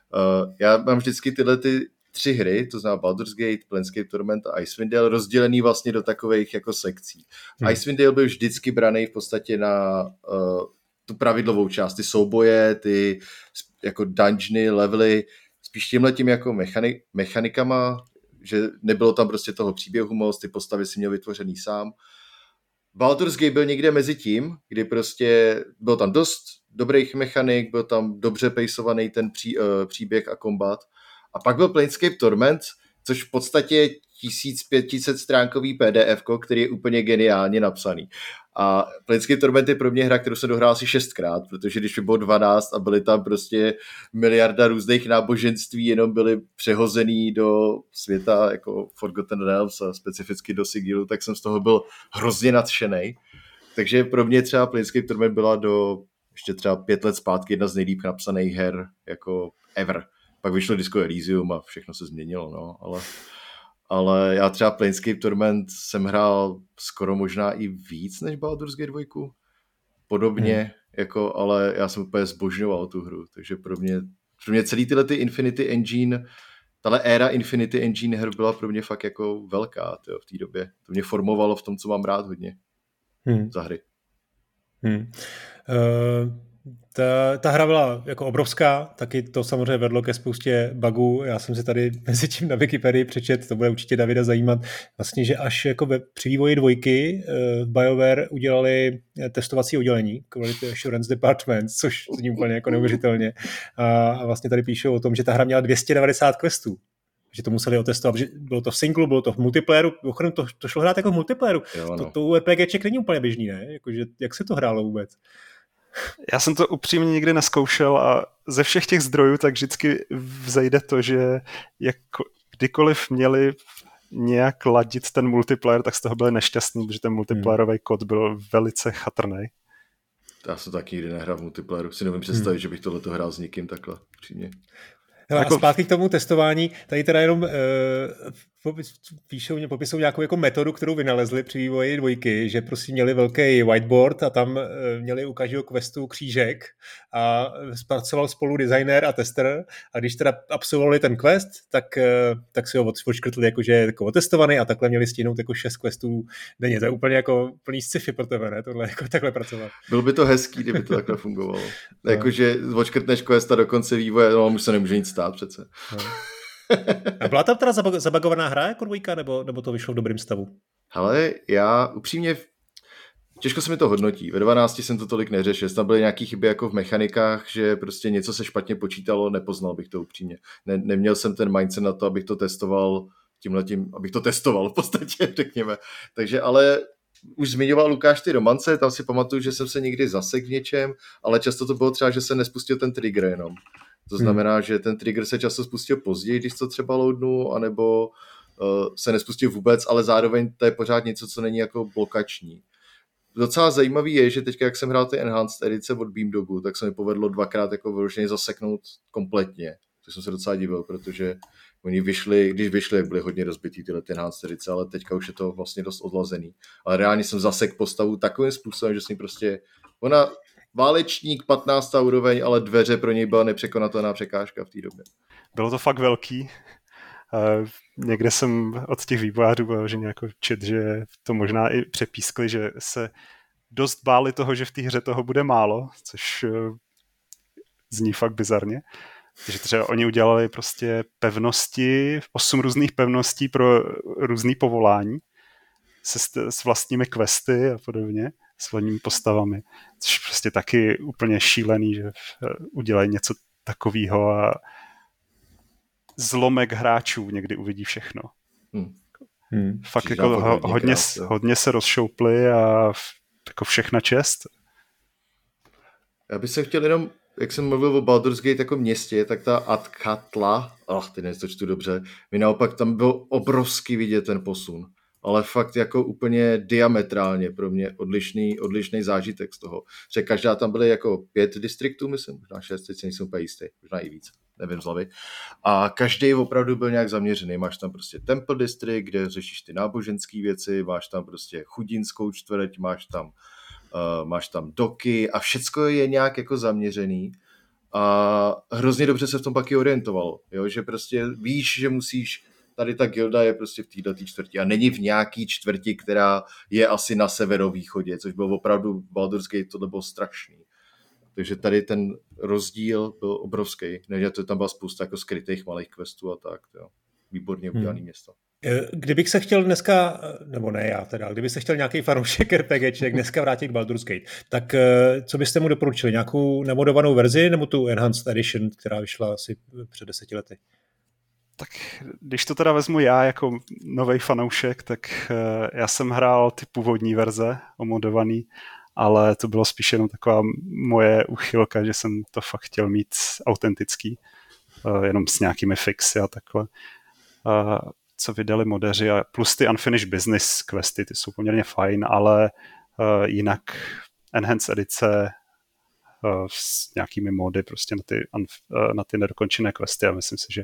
já mám vždycky tyhle ty 3 hry, to znamená Baldur's Gate, Planescape Torment a Icewind Dale, rozdělený vlastně do takových jako sekcí. Icewind Dale byl vždycky braný v podstatě na tu pravidlovou část, ty souboje, ty jako dungeony, levely, spíš tímhletím jako mechanikama, že nebylo tam prostě toho příběhu moc, ty postavy si měl vytvořený sám. Baldur's Gate byl někde mezi tím, kdy prostě byl tam dost dobrých mechanik, byl tam dobře pejsovaný ten příběh a kombat. A pak byl Planescape Torment, což v podstatě 1500 stránkový PDF, který je úplně geniálně napsaný. A Planescape Torment je pro mě hra, kterou jsem dohrál asi 6krát, protože když mi bylo 12 a byly tam prostě miliarda různých náboženství, jenom byly přehozený do světa jako Forgotten Realms a specificky do Sigilu, tak jsem z toho byl hrozně nadšenej. Takže pro mě třeba Planescape Torment byla do ještě třeba 5 let zpátky jedna z nejlíp napsaných her jako ever. Pak vyšlo Disco Elysium a všechno se změnilo, no, ale já třeba Planescape Torment jsem hrál skoro možná i víc než Baldur's Gate 2. Podobně, jako, ale já jsem úplně zbožňoval tu hru, takže pro mě celý tyhle ty Infinity Engine, tahle éra Infinity Engine her byla pro mě fakt jako velká v té době. To mě formovalo v tom, co mám rád hodně za hry. Ta hra byla jako obrovská, taky to samozřejmě vedlo ke spoustě bugů. Já jsem si tady mezi tím na Wikipedii přečet, to bude určitě Davida zajímat, vlastně, že až jako při vývoji 2 v BioWare udělali testovací oddělení, Quality Assurance Department, což zní úplně jako neuvěřitelně. A vlastně tady píšou o tom, že ta hra měla 290 questů, že to museli otestovat, že bylo to v singlu, bylo to v multiplayeru, to šlo hrát jako v multiplayeru. Jo, no. To u RPGček není úplně běžný, ne? Jakože, jak se to hrálo vůbec? Já jsem to upřímně nikdy neskoušel a ze všech těch zdrojů tak vždycky vzejde to, že jako kdykoliv měli nějak ladit ten multiplayer, tak z toho byli nešťastní, protože ten multiplayerový kód byl velice chatrný. Já jsem taky nikdy nehrál v multiplayeru. Si nevím představit, že bych tohleto hrál s někým takhle, přímě. Hele, a zpátky k tomu testování, tady teda jenom popisují nějakou jako metodu, kterou vynalezli při vývoji dvojky, že prostě měli velký whiteboard a tam měli u každého questu křížek a zpracoval spolu designér a tester a když teda absolvovali ten quest, tak si ho odškrtli jako, že je jako otestovaný a takhle měli stihnout jako 6 questů denně. To je úplně jako plný sci-fi pro tebe, ne? Tohle jako takhle pracovat. Bylo by to hezký, kdyby to takhle fungovalo. Jakože odškrtneš questa do konce vývoje, no už se nemůže nic stát přece. A byla tam teda zabagovaná hra jako dvojka, nebo to vyšlo v dobrým stavu? Hele, já upřímně, těžko se mi to hodnotí. Ve 12 jsem to tolik neřešil. Tam byly nějaké chyby jako v mechanikách, že prostě něco se špatně počítalo, nepoznal bych to upřímně. Neměl jsem ten mindset na to, abych to testoval tímhletím, abych to testoval v podstatě, řekněme. Takže ale už zmiňoval Lukáš ty romance, tam si pamatuju, že jsem se někdy zasek v něčem, ale často to bylo třeba, že se nespustil ten trigger jenom. To znamená, že ten trigger se často spustil později, když to třeba loadnu, anebo se nespustil vůbec, ale zároveň to je pořád něco, co není jako blokační. Docela zajímavý je, že teď, jak jsem hrál ty Enhanced edice od Beamdogu, tak se mi povedlo dvakrát jako vyloženě zaseknout kompletně. To jsem se docela divil, protože oni vyšli, když vyšli, jak byly hodně rozbitý tyhle Enhanced edice, ale teďka už je to vlastně dost odlazený. Ale reálně jsem zasek postavu takovým způsobem, že jsem prostě... Ona válečník 15. úroveň, ale dveře pro něj byla nepřekonatelná překážka v té době. Bylo to fakt velký. Někde jsem od těch vývojářů byl, že nějakou čet, že to možná i přepískli, že se dost báli toho, že v té hře toho bude málo, což zní fakt bizarně. Takže třeba oni udělali prostě pevnosti, 8 různých pevností pro různý povolání s vlastními questy a podobně, s vlastními postavami. Což prostě taky úplně šílený, že udělají něco takového a zlomek hráčů někdy uvidí všechno. Fakt jako hodně se rozšoupli a jako všechna čest. Já bych se chtěl jenom, jak jsem mluvil o Baldur's Gate jako městě, tak ta Athkatla, ty dnes to čtu dobře, mi naopak tam byl obrovský vidět ten posun. Ale fakt jako úplně diametrálně pro mě odlišný zážitek z toho. Že každá tam byly jako 5 distriktů, myslím, možná 6, teď si nejsem úplně jistý, možná i víc, nevím z hlavy. A každý opravdu byl nějak zaměřený. Máš tam prostě Temple District, kde řešíš ty náboženské věci, máš tam prostě chudinskou čtvrť, máš tam doky a všecko je nějak jako zaměřený. A hrozně dobře se v tom pak i orientovalo, jo? Že prostě víš, že musíš, tady ta gilda je prostě v této čtvrti a není v nějaký čtvrti, která je asi na severovýchodě, což byl opravdu Baldur's Gate, tohle bylo strašný. Takže tady ten rozdíl byl obrovský. Ne, to tam byla spousta jako skrytých malých questů a tak. Jo. Výborně udělaný město. Kdybych se chtěl dneska, nebo ne já teda, kdyby se chtěl nějaký fanoušek RPGček dneska vrátit k Baldur's Gate, tak co byste mu doporučili? Nějakou namodovanou verzi nebo tu Enhanced Edition, která vyšla asi před 10 lety? Tak když to teda vezmu já jako novej fanoušek, tak já jsem hrál ty původní verze, omodovaný, ale to bylo spíš jenom taková moje uchylka, že jsem to fakt chtěl mít autentický, jenom s nějakými fixy a takhle. Co vydali modeři, a plus ty Unfinished Business questy, ty jsou poměrně fajn, ale jinak Enhanced edice s nějakými mody prostě na ty nedokončené questy a myslím si, že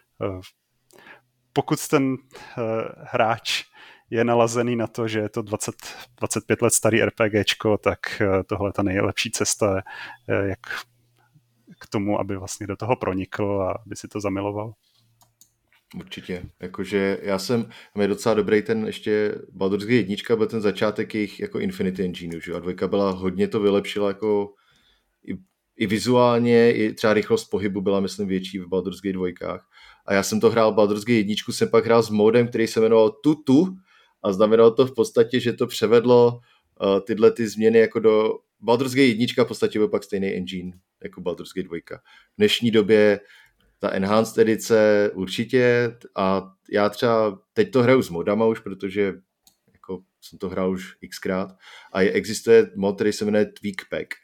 pokud ten hráč je nalazený na to, že je to 25 let starý RPGčko, tak tohle je ta nejlepší cesta, jak k tomu, aby vlastně do toho pronikl a aby si to zamiloval. Určitě, jakože je docela dobrý ten ještě Baldur's Gate 1 byl ten začátek jejich jako Infinity Engineu, že? A 2 byla hodně to vylepšila jako i vizuálně, i třeba rychlost pohybu byla, myslím, větší v Baldur's Gate 2. A já jsem to hrál Baldur's Gate 1, jsem pak hrál s modem, který se jmenoval Tutu a znamenalo to v podstatě, že to převedlo tyhle ty změny jako do Baldur's Gate 1 v podstatě byl pak stejný engine jako Baldur's Gate 2. V dnešní době ta Enhanced edice určitě a já třeba teď to hraju s modama už, protože jako jsem to hrál už xkrát a existuje mod, který se jmenuje Tweak Pack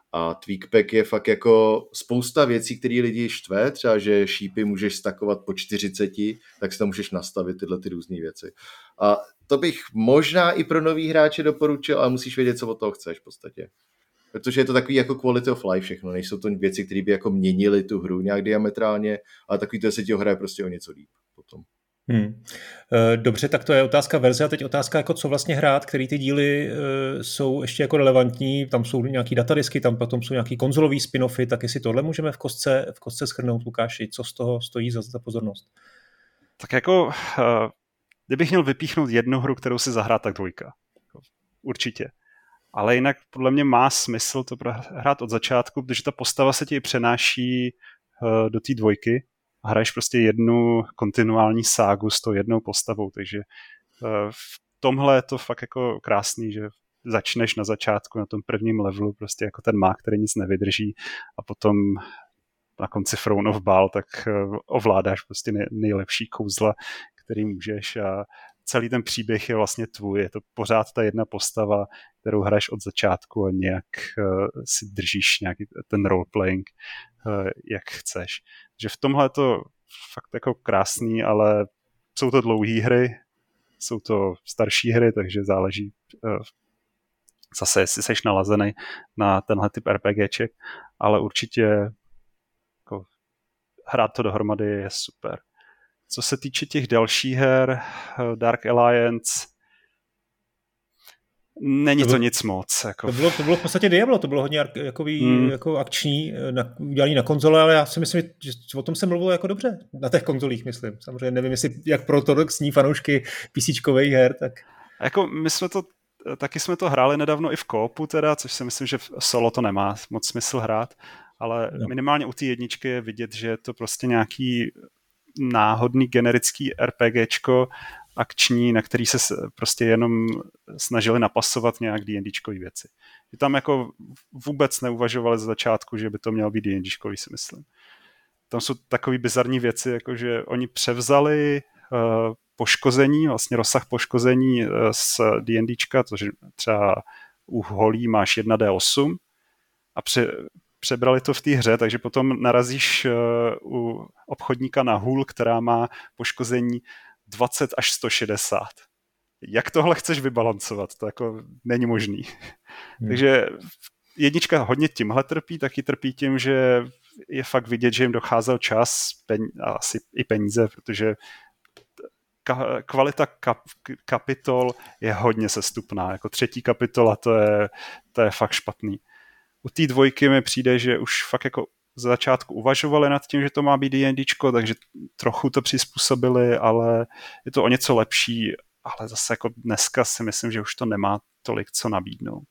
A tweakpack je fakt jako spousta věcí, které lidi štve, třeba, že šípy můžeš stakovat po 40, tak si tam můžeš nastavit tyhle ty různé věci. A to bych možná i pro nový hráče doporučil, ale musíš vědět, co od toho chceš v podstatě. Protože je to takový jako quality of life všechno, nejsou to věci, které by jako měnily tu hru nějak diametrálně, ale takový to se ti hraje prostě o něco líp potom. Dobře, tak to je otázka verze a teď otázka, jako co vlastně hrát, který ty díly jsou ještě jako relevantní, tam jsou nějaký datadisky, tam potom jsou nějaký konzolový spin-offy, tak jestli tohle můžeme v kostce shrnout, Lukáši, co z toho stojí za pozornost? Tak jako, kdybych měl vypíchnout jednu hru, kterou si zahrát, tak 2. Určitě. Ale jinak podle mě má smysl to hrát od začátku, protože ta postava se ti přenáší do té 2 a hraješ prostě jednu kontinuální ságu s tou jednou postavou, takže v tomhle je to fakt jako krásný, že začneš na začátku na tom prvním levelu prostě jako ten mák, který nic nevydrží a potom na konci Throne of Baal tak ovládáš prostě nejlepší kouzla, který můžeš a celý ten příběh je vlastně tvůj, je to pořád ta jedna postava, kterou hraješ od začátku a nějak si držíš nějaký ten roleplaying, jak chceš. Takže v tomhle je to fakt jako krásný, ale jsou to dlouhé hry, jsou to starší hry, takže záleží zase, jestli seš nalazený na tenhle typ RPGček, ale určitě jako, hrát to dohromady je super. Co se týče těch dalších her, Dark Alliance, není to nic moc. Jako. To bylo v podstatě Diablo, to bylo hodně jako akční, udělaný na konzole, ale já si myslím, že o tom se mluvilo jako dobře. Na těch konzolích, myslím. Samozřejmě nevím, jestli jak pro ortodoxní fanoušky PCčkových her, tak... Jako taky jsme to hráli nedávno i v koopu teda, což si myslím, že v solo to nemá moc smysl hrát, ale minimálně u té jedničky je vidět, že je to prostě nějaký náhodný generický RPGčko akční, na který se prostě jenom snažili napasovat nějak D&Dčkový věci. Že tam jako vůbec neuvažovali z začátku, že by to mělo být D&Dčkový, si myslím. Tam jsou takové bizarní věci, jako že oni převzali poškození, vlastně rozsah poškození z D&Dčka, což třeba u holí máš 1D8 a přebrali to v té hře, takže potom narazíš u obchodníka na hůl, která má poškození 20 až 160. Jak tohle chceš vybalancovat? To jako není možný. Takže jednička hodně tímhle trpí, taky trpí tím, že je fakt vidět, že jim docházel čas a asi i peníze, protože kvalita kapitol je hodně sestupná. Jako 3. kapitola to je fakt špatný. U té 2 mi přijde, že už fakt jako za začátku uvažovali nad tím, že to má být D&Dčko, takže trochu to přizpůsobili, ale je to o něco lepší, ale zase jako dneska si myslím, že už to nemá tolik co nabídnout.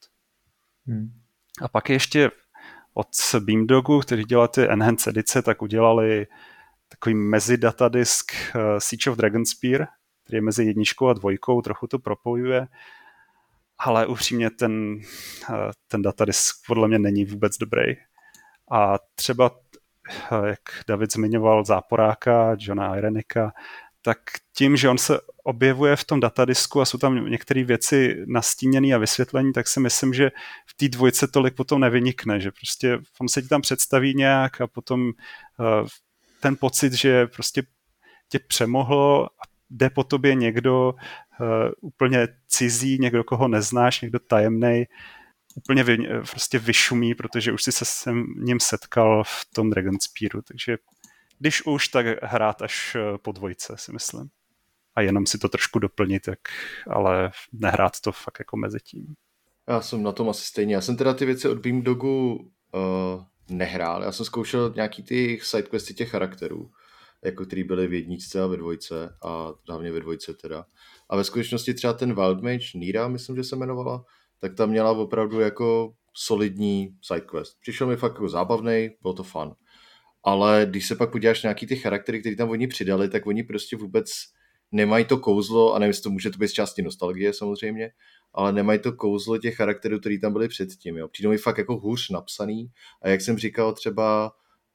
A pak ještě od Beamdogu, kteří dělali ty Enhanced edice, tak udělali takový mezidatadisk Siege of Dragonspear, který je mezi 1 a 2, trochu to propojuje, ale upřímně ten datadisk podle mě není vůbec dobrý. A třeba, jak David zmiňoval Záporáka, Johna Irenika, tak tím, že on se objevuje v tom datadisku a jsou tam některé věci nastíněné a vysvětlení, tak si myslím, že v té 2 tolik potom nevynikne, že prostě on se ti tam představí nějak a potom ten pocit, že prostě tě přemohlo a jde po tobě někdo úplně cizí, někdo, koho neznáš, někdo tajemnej, úplně prostě vyšumí, protože už si se s ním setkal v tom Dragonspearu, takže když už, tak hrát až po 2, si myslím. A jenom si to trošku doplnit, ale nehrát to fakt jako mezi tím. Já jsem na tom asi stejně. Já jsem teda ty věci od Beamdogu nehrál. Já jsem zkoušel nějaký ty sidequesty těch charakterů, jako který byly v 1 a ve 2 a hlavně ve 2 teda. A ve skutečnosti třeba ten Wild Mage Nira, myslím, že se jmenovala, tak tam měla opravdu jako solidní sidequest. Přišel mi fakt jako zábavnej, bylo to fun. Ale když se pak podíváš na nějaký ty charaktery, které tam oni přidali, tak oni prostě vůbec nemají to kouzlo, a nevím, jestli to může to být z části nostalgie samozřejmě, ale nemají to kouzlo těch charakterů, které tam byly předtím. Jo. Přijdou mi fakt jako hůř napsaný a jak jsem říkal třeba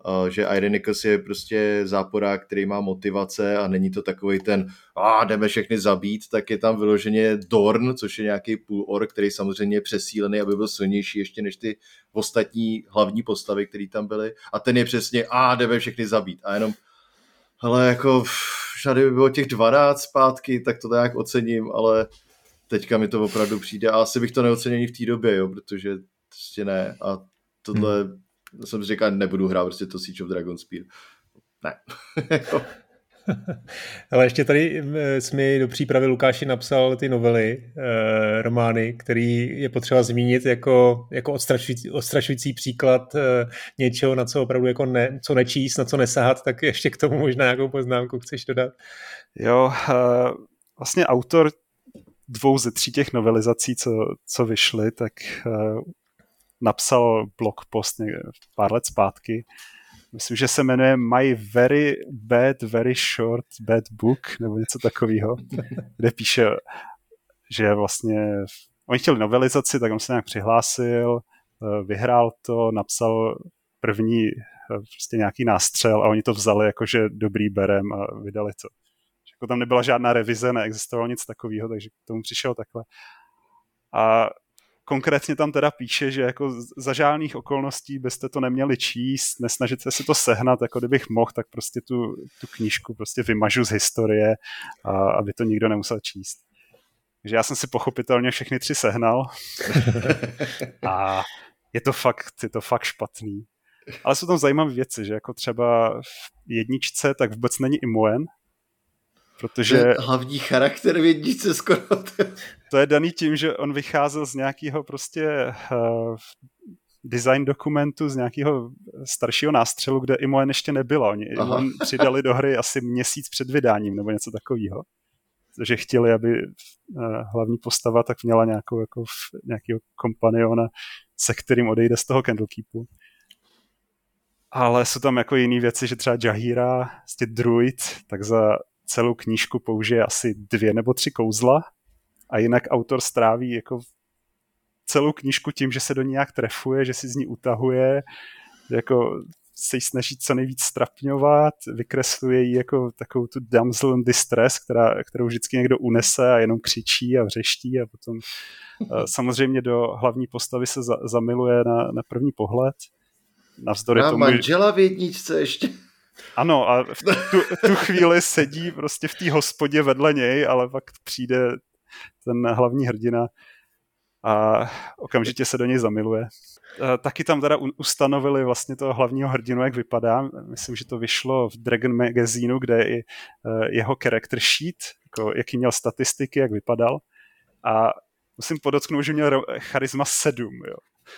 že Irenicus je prostě záporák, který má motivace a není to takovej ten jdeme všechny zabít, tak je tam vyloženě Dorn, což je nějaký půl-ork, který samozřejmě je přesílený, aby byl silnější ještě než ty ostatní hlavní postavy, které tam byly. A ten je přesně jdeme všechny zabít. A jenom hele, jako všade by bylo těch 12 zpátky, tak to tak ocením, ale teďka mi to opravdu přijde a asi bych to neocenil ani v té době, jo, protože prostě ne. A tohle jsem si říkal, nebudu hrát prostě to Siege of Dragonspear. Ne. Ale ještě tady jsi mi do přípravy Lukáši napsal ty novely, romány, který je potřeba zmínit jako odstrašující příklad něčeho, na co opravdu jako co nečíst, na co nesahat, tak ještě k tomu možná nějakou poznámku chceš dodat? Jo, vlastně autor 2 ze 3 těch novelizací, co vyšly, tak napsal blog post pár let zpátky. Myslím, že se jmenuje My Very Bad, Very Short Bad Book, nebo něco takového, kde píše, že vlastně oni chtěli novelizaci, tak on se nějak přihlásil, vyhrál to, napsal první prostě nějaký nástřel a oni to vzali jakože dobrý berem a vydali to. Jako tam nebyla žádná revize, neexistovalo nic takového, takže k tomu přišel takhle. A konkrétně tam teda píše, že jako za žádných okolností byste to neměli číst, nesnažit se to sehnat, jako kdybych mohl, tak prostě tu knížku prostě vymažu z historie, aby to nikdo nemusel číst. Takže já jsem si pochopitelně všechny 3 sehnal a je to fakt špatný. Ale jsou tam zajímavé věci, že jako třeba v 1 tak vůbec není Imoen, protože hlavní charakter v 1 skoro. To je daný tím, že on vycházel z nějakého prostě design dokumentu, z nějakého staršího nástřelu, kde Imoen ještě nebyla. Oni Imoen přidali do hry asi měsíc před vydáním nebo něco takového. Takže chtěli, aby hlavní postava tak měla nějakého kompaniona, se kterým odejde z toho Candlekeepu. Ale jsou tam jako jiné věci, že třeba Jaheira, prostě druid, tak za celou knížku použije asi 2 nebo 3 kouzla a jinak autor stráví jako celou knížku tím, že se do ní nějak trefuje, že si z ní utahuje, jako se jí snaží co nejvíc strapňovat, vykresluje jí jako takovou tu damsel in distress, kterou vždycky někdo unese a jenom křičí a vřeští a potom samozřejmě do hlavní postavy se zamiluje na první pohled. Navzdory tomu, manžela v 1 ještě. Ano, a v tu chvíli sedí prostě v té hospodě vedle něj, ale pak přijde ten hlavní hrdina a okamžitě se do něj zamiluje. Taky tam teda ustanovili vlastně toho hlavního hrdinu, jak vypadá. Myslím, že to vyšlo v Dragon Magazine, kde je i jeho character sheet, jako jaký měl statistiky, jak vypadal. A musím podotknout, že měl charisma 7, jo.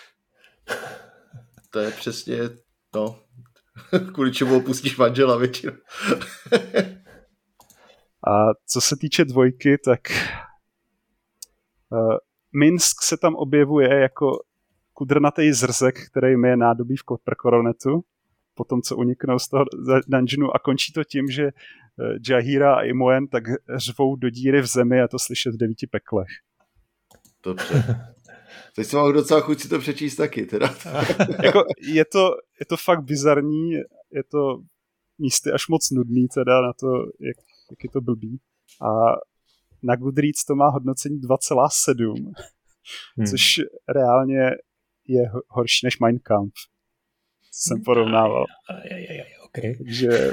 To je přesně to, kvůli čemu opustíš manžela většinou. A co se týče 2, tak Minsk se tam objevuje jako kudrnatý zrzek, který je nádobí v Copper Coronetu, potom co uniknou z toho dungeonu a končí to tím, že Jaheira a Imoen tak řvou do díry v zemi a to slyšet v 9 peklech. Dobře. Teď jsem mám docela chuť si to přečíst taky, teda. Jako je to fakt bizarní, je to místy až moc nudný teda na to, jak je to blbý. A na Goodreads to má hodnocení 2,7, což reálně je horší než Mein Kampf. Jsem porovnával. Okay. Takže...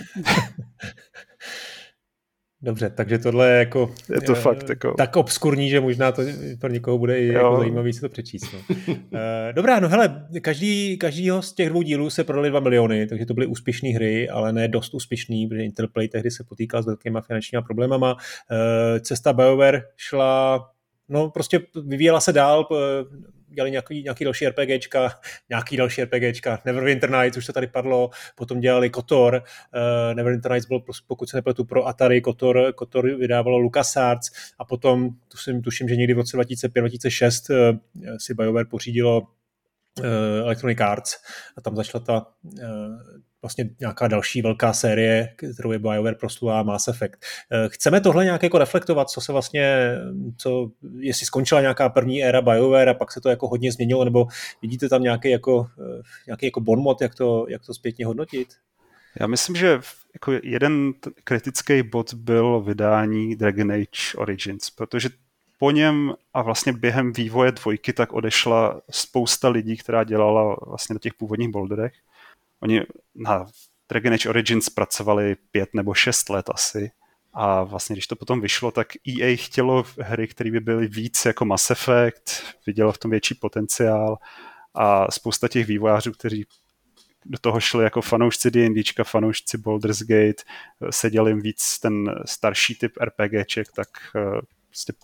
Dobře, takže tohle je jako... Je to fakt jako... Tak obskurní, že možná to pro někoho bude i jako zajímavý si to přečíst. No. Dobrá, no hele, každýho z těch 2 dílů se prodali 2 miliony, takže to byly úspěšné hry, ale ne dost úspěšný, protože Interplay tehdy se potýkal s velkýma finančníma problémama. Cesta BioWare šla... No prostě vyvíjela se dál, dělali nějaký další RPGčka, Neverwinter Nights, už to tady padlo, potom dělali KOTOR, Neverwinter Nights byl, pokud se nepletu, pro Atari, KOTOR vydávalo LucasArts a potom, tuším, že někdy v roce 2005-2006 si BioWare pořídilo Electronic Arts a tam začala ta vlastně nějaká další velká série, kterou je BioWare proslula, Mass Effect. Chceme tohle nějak jako reflektovat, jestli skončila nějaká první éra BioWare a pak se to jako hodně změnilo, nebo vidíte tam nějaký jako bonmot, jak to zpětně hodnotit? Já myslím, že jako jeden kritický bod byl vydání Dragon Age Origins, protože po něm a vlastně během vývoje 2 tak odešla spousta lidí, která dělala vlastně na těch původních Boulderech. Oni na Dragon Age Origins pracovali 5 nebo 6 let asi a vlastně když to potom vyšlo, tak EA chtělo hry, které by byly víc jako Mass Effect, vidělo v tom větší potenciál a spousta těch vývojářů, kteří do toho šli jako fanoušci D&Dčka, fanoušci Baldur's Gate, seděl jim víc ten starší typ RPGček, tak prostě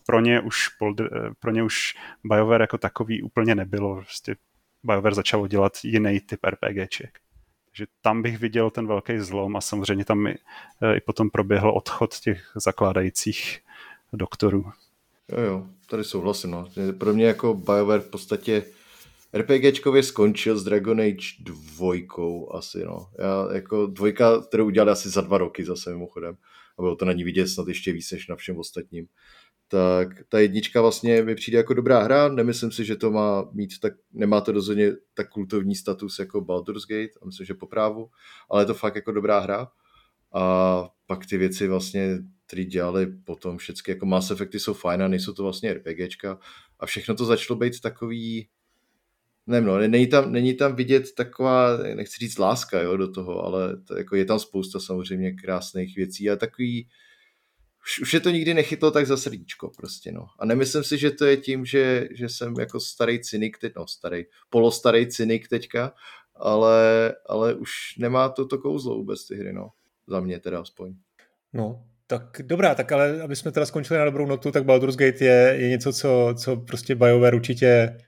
pro ně už BioWare jako takový úplně nebylo. Prostě BioWare začalo dělat jiný typ RPGček. Takže tam bych viděl ten velký zlom a samozřejmě tam i potom proběhl odchod těch zakládajících doktorů. Jo, tady souhlasím. No. Pro mě jako BioWare v podstatě RPGčkově skončil s Dragon Age 2 asi, no. Já jako 2, kterou udělali asi za 2 roky zase mimochodem. A bylo to na ní vidět snad ještě víc než na všem ostatním. Tak ta 1 vlastně mi přijde jako dobrá hra. Nemyslím si, že to nemá to rozhodně tak kultovní status jako Baldur's Gate. A myslím, že po právu. Ale je to fakt jako dobrá hra. A pak ty věci vlastně, které dělali potom všechny, jako Mass Effecty jsou fajn a nejsou to vlastně RPGčka. A všechno to začalo být takový, není tam vidět taková, nechci říct láska, jo, do toho, ale jako je tam spousta samozřejmě krásných věcí a takový, už je to nikdy nechytlo tak za srdíčko prostě, no. A nemyslím si, že to je tím, že jsem jako starý cynik teď, polostarý cynik teďka, ale už nemá to kouzlo vůbec ty hry, no. Za mě teda aspoň. No, tak dobrá, tak ale aby jsme teda skončili na dobrou notu, tak Baldur's Gate je něco, co prostě BioWare určitě,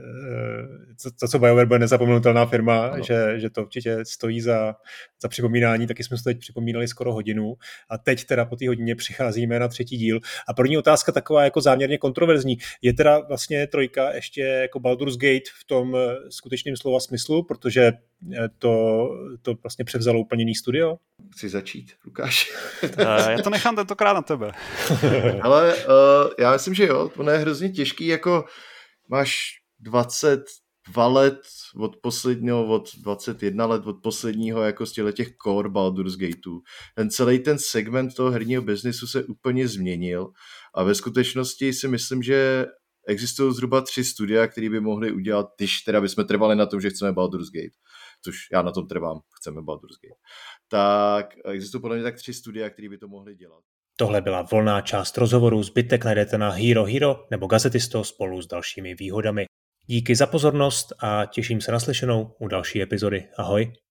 za co BioWare bude nezapomenutelná firma, že to určitě stojí za připomínání, taky jsme se teď připomínali skoro hodinu a teď teda po té hodině přicházíme na 3. díl. A první otázka taková jako záměrně kontroverzní. Je teda vlastně 3 ještě jako Baldur's Gate v tom skutečném slova smyslu, protože to vlastně převzalo úplně jiný studio? Chci začít, Lukáš. Já to nechám tentokrát na tebe. Ale já myslím, že jo, to je hrozně těžký, jako máš 22 let od 21 let od posledního jako z těch core Baldur's Gateů. Celý ten segment toho herního biznisu se úplně změnil a ve skutečnosti si myslím, že existují zhruba 3 studia, které by mohly udělat, když teda bychom trvali na tom, že chceme Baldur's Gate, což já na tom trvám, chceme Baldur's Gate, tak existují podle mě tak 3 studia, které by to mohly dělat. Tohle byla volná část rozhovoru, zbytek najdete na Hero Hero nebo Gazetisto spolu s dalšími výhodami. Díky za pozornost a těším se na slyšenou u další epizody. Ahoj.